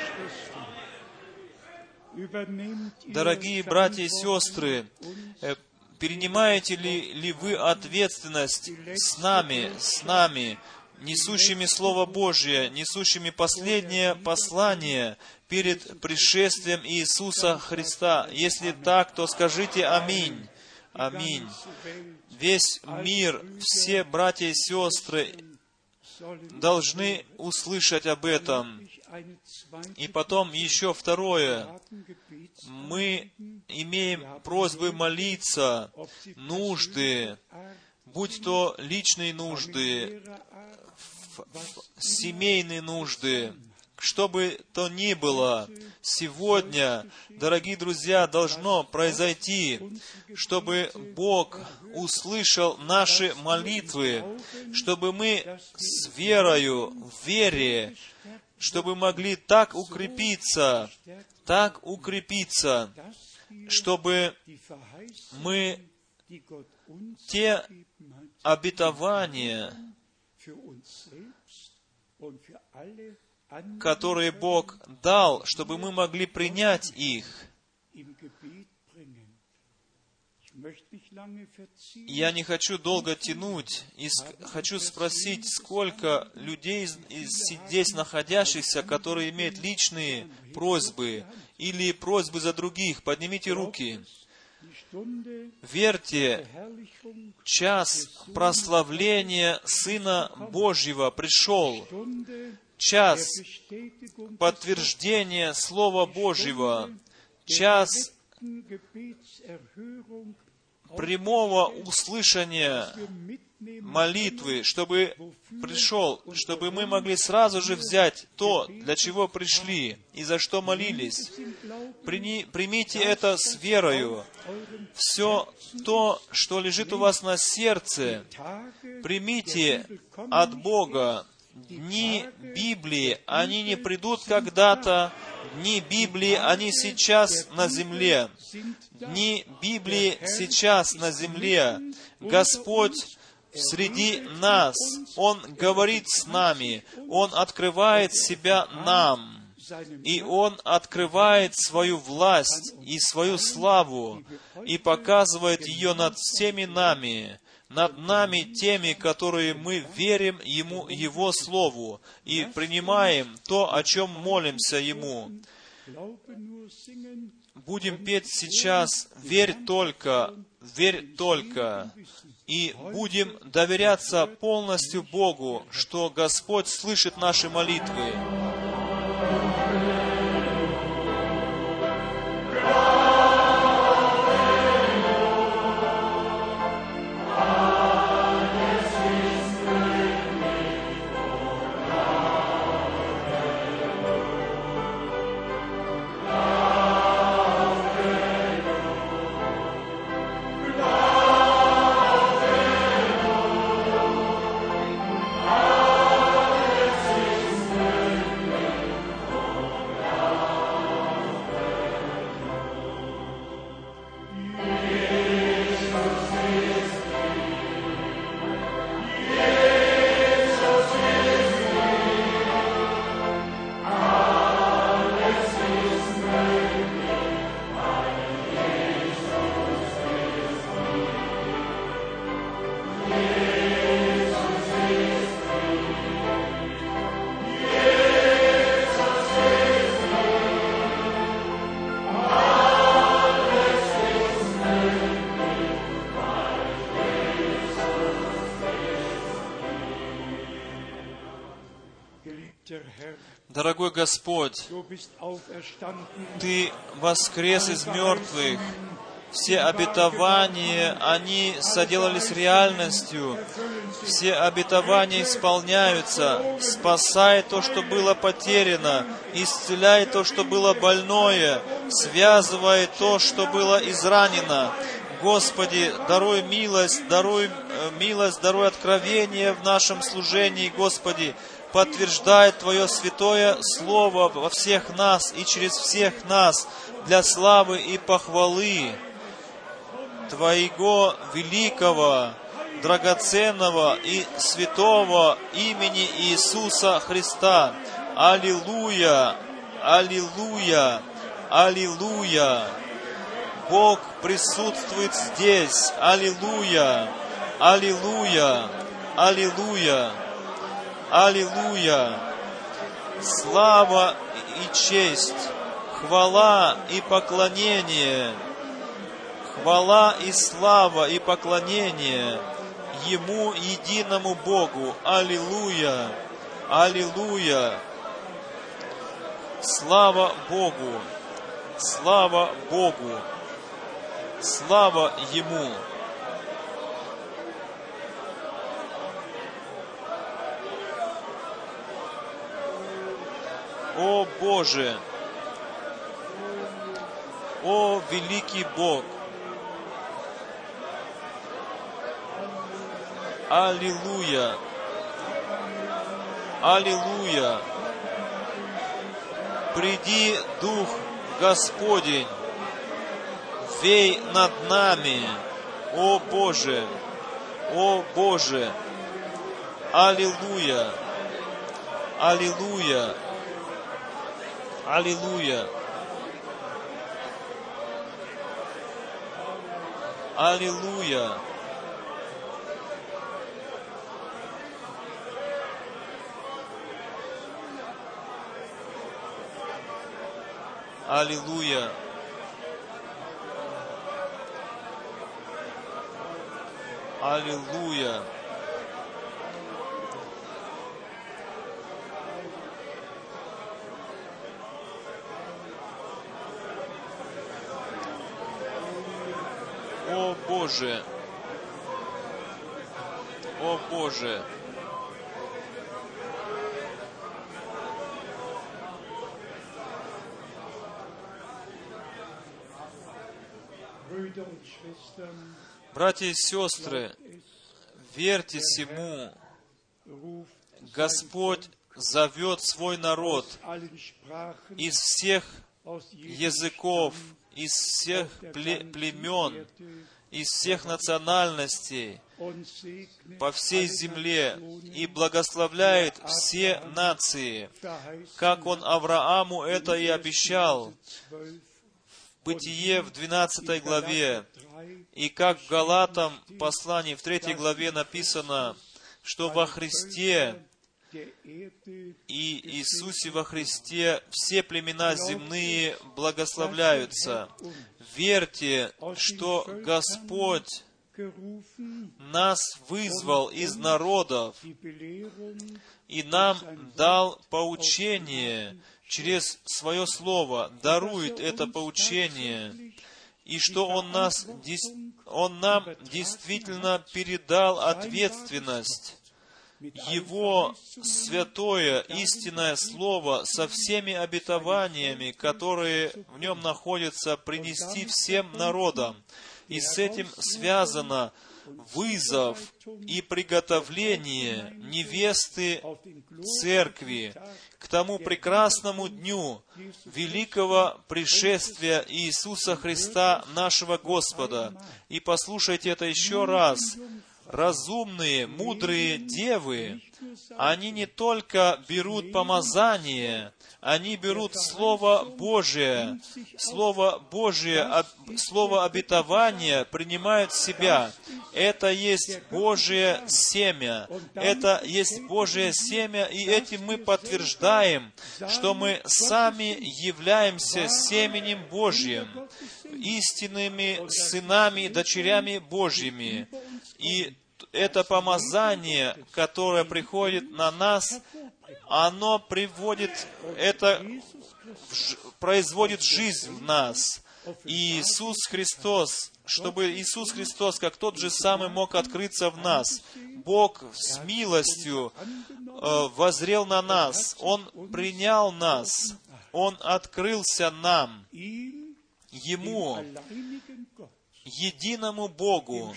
Дорогие братья и сестры, перенимаете ли вы ответственность с нами, несущими Слово Божье, несущими последнее послание перед пришествием Иисуса Христа? Если так, то скажите аминь. Аминь. Весь мир, все братья и сестры должны услышать об этом. И потом еще второе. Мы имеем просьбы молиться, нужды, будь то личные нужды, семейные нужды, что бы то ни было, сегодня, дорогие друзья, должно произойти, чтобы Бог услышал наши молитвы, чтобы мы с верою, в вере, чтобы могли так укрепиться, чтобы мы те обетования, которые Бог дал, чтобы мы могли принять их. Я не хочу долго тянуть, и хочу спросить, сколько людей здесь находящихся, которые имеют личные просьбы или просьбы за других. Поднимите руки. Верьте, час прославления Сына Божьего пришел. Час подтверждения Слова Божьего. Час прямого услышания молитвы, чтобы пришел, чтобы мы могли сразу же взять то, для чего пришли и за что молились. Примите это с верою. Все то, что лежит у вас на сердце, примите от Бога. дни Библии, они не придут когда-то. Дни Библии, они сейчас на земле. Дни Библии сейчас на земле. Господь среди нас. Он говорит с нами. Он открывает себя нам. И Он открывает свою власть и свою славу и показывает ее над всеми нами, над нами теми, которые мы верим Ему, Его Слову и принимаем то, о чем молимся Ему. Будем петь сейчас «Верь только», и будем доверяться полностью Богу, что Господь слышит наши молитвы. Дорогой Господь, Ты воскрес из мертвых. Все обетования, они соделались реальностью. Все обетования исполняются. Спасай то, что было потеряно. Исцеляй то, что было больное. Связывай то, что было изранено. Господи, даруй милость, даруй откровение в нашем служении, Господи. Подтверждай Твое святое Слово во всех нас и через всех нас для славы и похвалы Твоего великого, драгоценного и святого имени Иисуса Христа. Аллилуйя! Аллилуйя! Аллилуйя! Бог присутствует здесь. Аллилуйя! Аллилуйя! Аллилуйя! Аллилуйя! Слава и честь, хвала и поклонение, хвала и слава и поклонение Ему, единому Богу. Аллилуйя! Аллилуйя! Слава Богу! Слава Богу! Слава Ему! О Боже! О великий Бог! Аллилуйя! Аллилуйя! Приди, Дух Господень, вей над нами, о Боже! О Боже! Аллилуйя! Аллилуйя! Аллилуйя! Аллилуйя! Аллилуйя! Аллилуйя! О Боже! О Боже! Братья и сестры, верьте сему, Господь зовет свой народ из всех языков, из всех племен, из всех национальностей по всей земле и благословляет все нации, как Он Аврааму это и обещал в Бытие в 12 главе, и как в Галатам послании в 3 главе написано, что во Христе и Иисусе во Христе все племена земные благословляются. Верьте, что Господь нас вызвал из народов и нам дал поучение через Свое Слово, дарует это поучение, и что Он нам действительно передал ответственность, Его святое, истинное Слово со всеми обетованиями, которые в нем находятся, принести всем народам. И с этим связано вызов и приготовление невесты Церкви к тому прекрасному дню великого пришествия Иисуса Христа, нашего Господа. И послушайте это еще раз. Разумные, мудрые девы, они не только берут помазание, они берут Слово Божие, Слово обетования принимают в себя. Это есть Божие семя. Это есть Божие семя, и этим мы подтверждаем, что мы сами являемся семенем Божьим, истинными сынами и дочерями Божьими. И это помазание, которое приходит на нас, оно производит жизнь в нас. И Иисус Христос, чтобы Иисус Христос, как тот же самый, мог открыться в нас, Бог с милостью воззрел на нас, Он принял нас, Он открылся нам, Ему, единому Богу,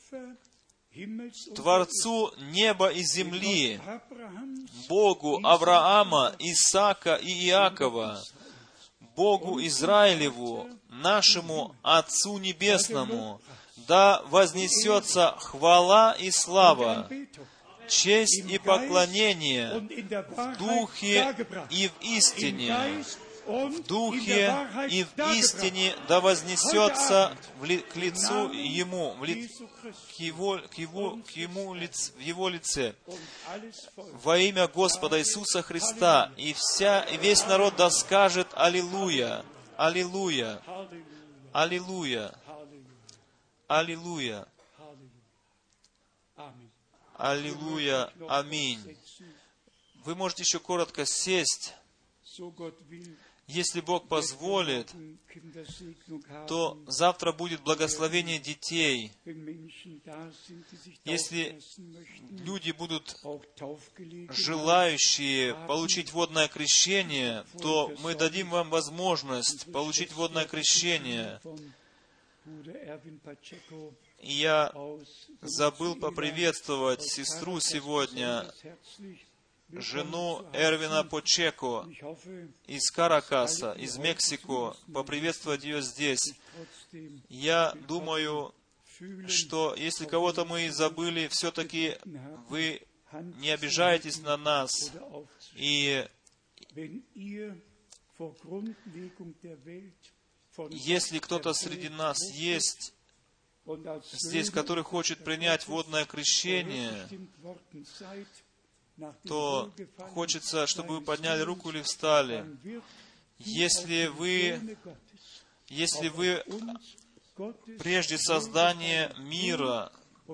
Творцу неба и земли, Богу Авраама, Исаака и Иакова, Богу Израилеву, нашему Отцу Небесному, да вознесется хвала и слава, честь и поклонение в Духе и в истине, в Духе и в истине да вознесется к лицу Ему, в Его лице. Во имя Господа Иисуса Христа, и весь народ да скажет Аллилуйя, Аллилуйя, Аллилуйя, Аллилуйя, Аллилуйя, Аминь. Вы можете еще коротко сесть. Если Бог позволит, то завтра будет благословение детей. Если люди будут желающие получить водное крещение, то мы дадим вам возможность получить водное крещение. И я забыл поприветствовать сестру сегодня, жену Эрвина Пачеко из Каракаса, из Мексико, поприветствовать ее здесь. Я думаю, что если кого-то мы и забыли, все-таки вы не обижаетесь на нас. И если кто-то среди нас есть здесь, который хочет принять водное крещение, то хочется, чтобы вы подняли руку или встали. Если вы прежде создания мира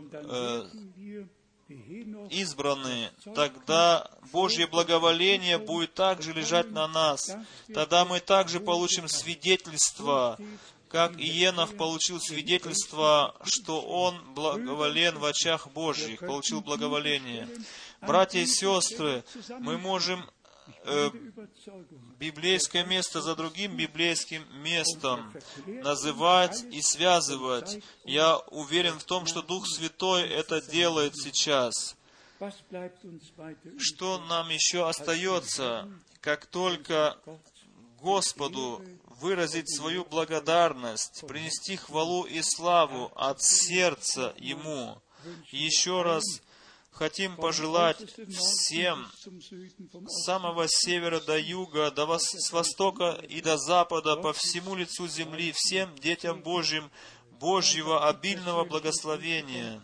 избраны, тогда Божье благоволение будет также лежать на нас. Тогда мы также получим свидетельство, как Иенох получил свидетельство, что он благоволен в очах Божьих, получил благоволение. Братья и сестры, мы можем библейское место за другим библейским местом называть и связывать. Я уверен в том, что Дух Святой это делает сейчас. Что нам еще остается, как только Господу выразить свою благодарность, принести хвалу и славу от сердца Ему. Еще раз хотим пожелать всем с самого севера до юга, с востока и до запада, по всему лицу земли, всем детям Божьим, Божьего обильного благословения.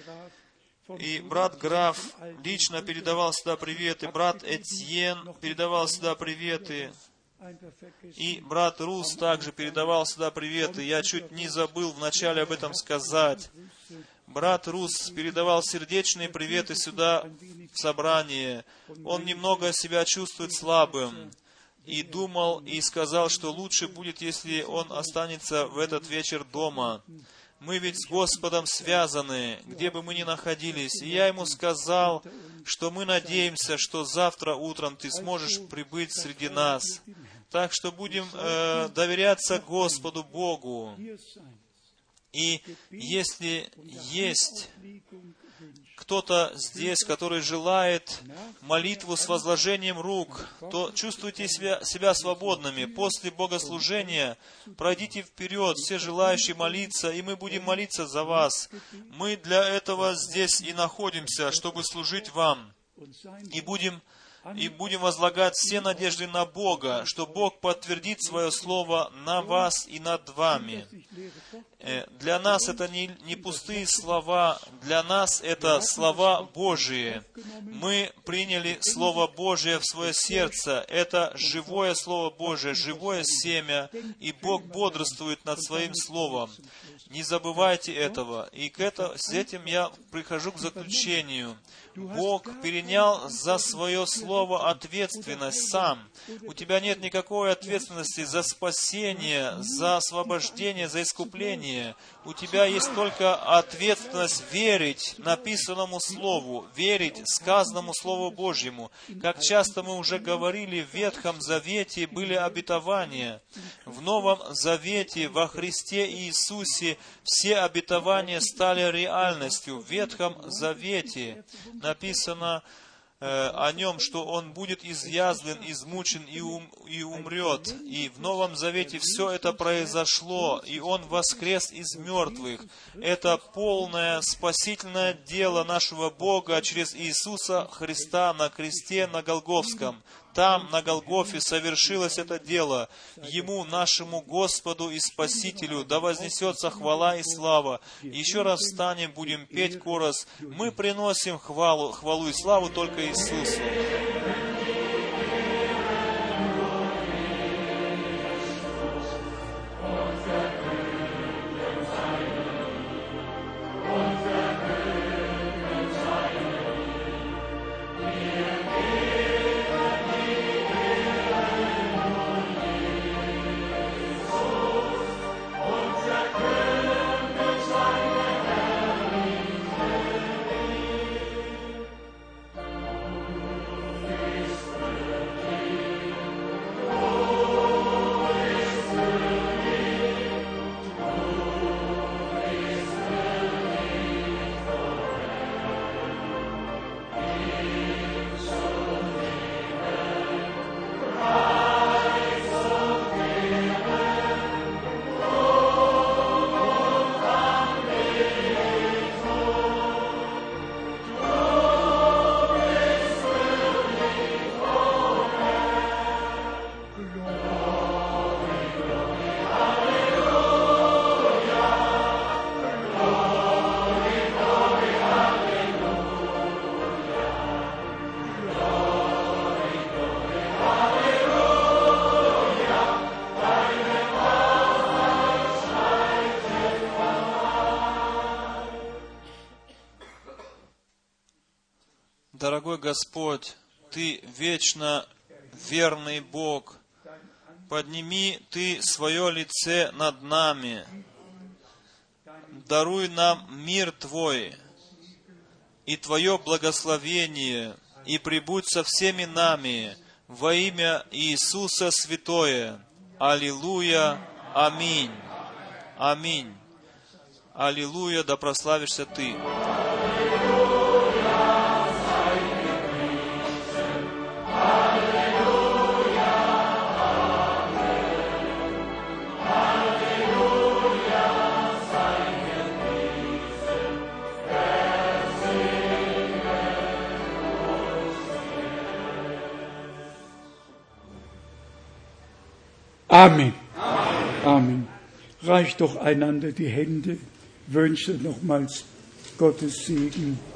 И брат Граф лично передавал сюда приветы, брат Этьен передавал сюда приветы, и брат Рус также передавал сюда приветы. Я чуть не забыл вначале об этом сказать. Брат Рус передавал сердечные приветы сюда в собрание. Он немного себя чувствует слабым. И думал, и сказал, что лучше будет, если он останется в этот вечер дома. Мы ведь с Господом связаны, где бы мы ни находились. И я ему сказал, что мы надеемся, что завтра утром ты сможешь прибыть среди нас. Так что будем доверяться Господу Богу. И если есть кто-то здесь, который желает молитву с возложением рук, то чувствуйте себя свободными. После богослужения пройдите вперед, все желающие молиться, и мы будем молиться за вас. Мы для этого здесь и находимся, чтобы служить вам. И будем возлагать все надежды на Бога, что Бог подтвердит Свое Слово на вас и над вами. Для нас это не пустые слова, для нас это слова Божии. Мы приняли Слово Божие в свое сердце. Это живое Слово Божие, живое семя, и Бог бодрствует над Своим Словом. Не забывайте этого. И с этим я прихожу к заключению. Бог перенял за свое слово ответственность сам. У тебя нет никакой ответственности за спасение, за освобождение, за искупление. У тебя есть только ответственность верить написанному Слову, верить сказанному Слову Божьему. Как часто мы уже говорили, в Ветхом Завете были обетования. В Новом Завете, во Христе Иисусе, все обетования стали реальностью. В Ветхом Завете написано о Нем, что Он будет изъязвлен, измучен и умрет. И в Новом Завете все это произошло, и Он воскрес из мертвых. Это полное спасительное дело нашего Бога через Иисуса Христа на кресте на Голгофском. Там, на Голгофе, совершилось это дело. Ему, нашему Господу и Спасителю, да вознесется хвала и слава. Еще раз встанем, будем петь хорос. Мы приносим хвалу и славу только Иисусу. Дорогой Господь, Ты вечно верный Бог. Подними Ты свое лице над нами. Даруй нам мир Твой и Твое благословение, и пребудь со всеми нами во имя Иисуса Святое. Аллилуйя. Аминь. Аминь. Аллилуйя, да прославишься Ты. Amen. Amen. Reicht doch einander die Hände, wünsche nochmals Gottes Segen.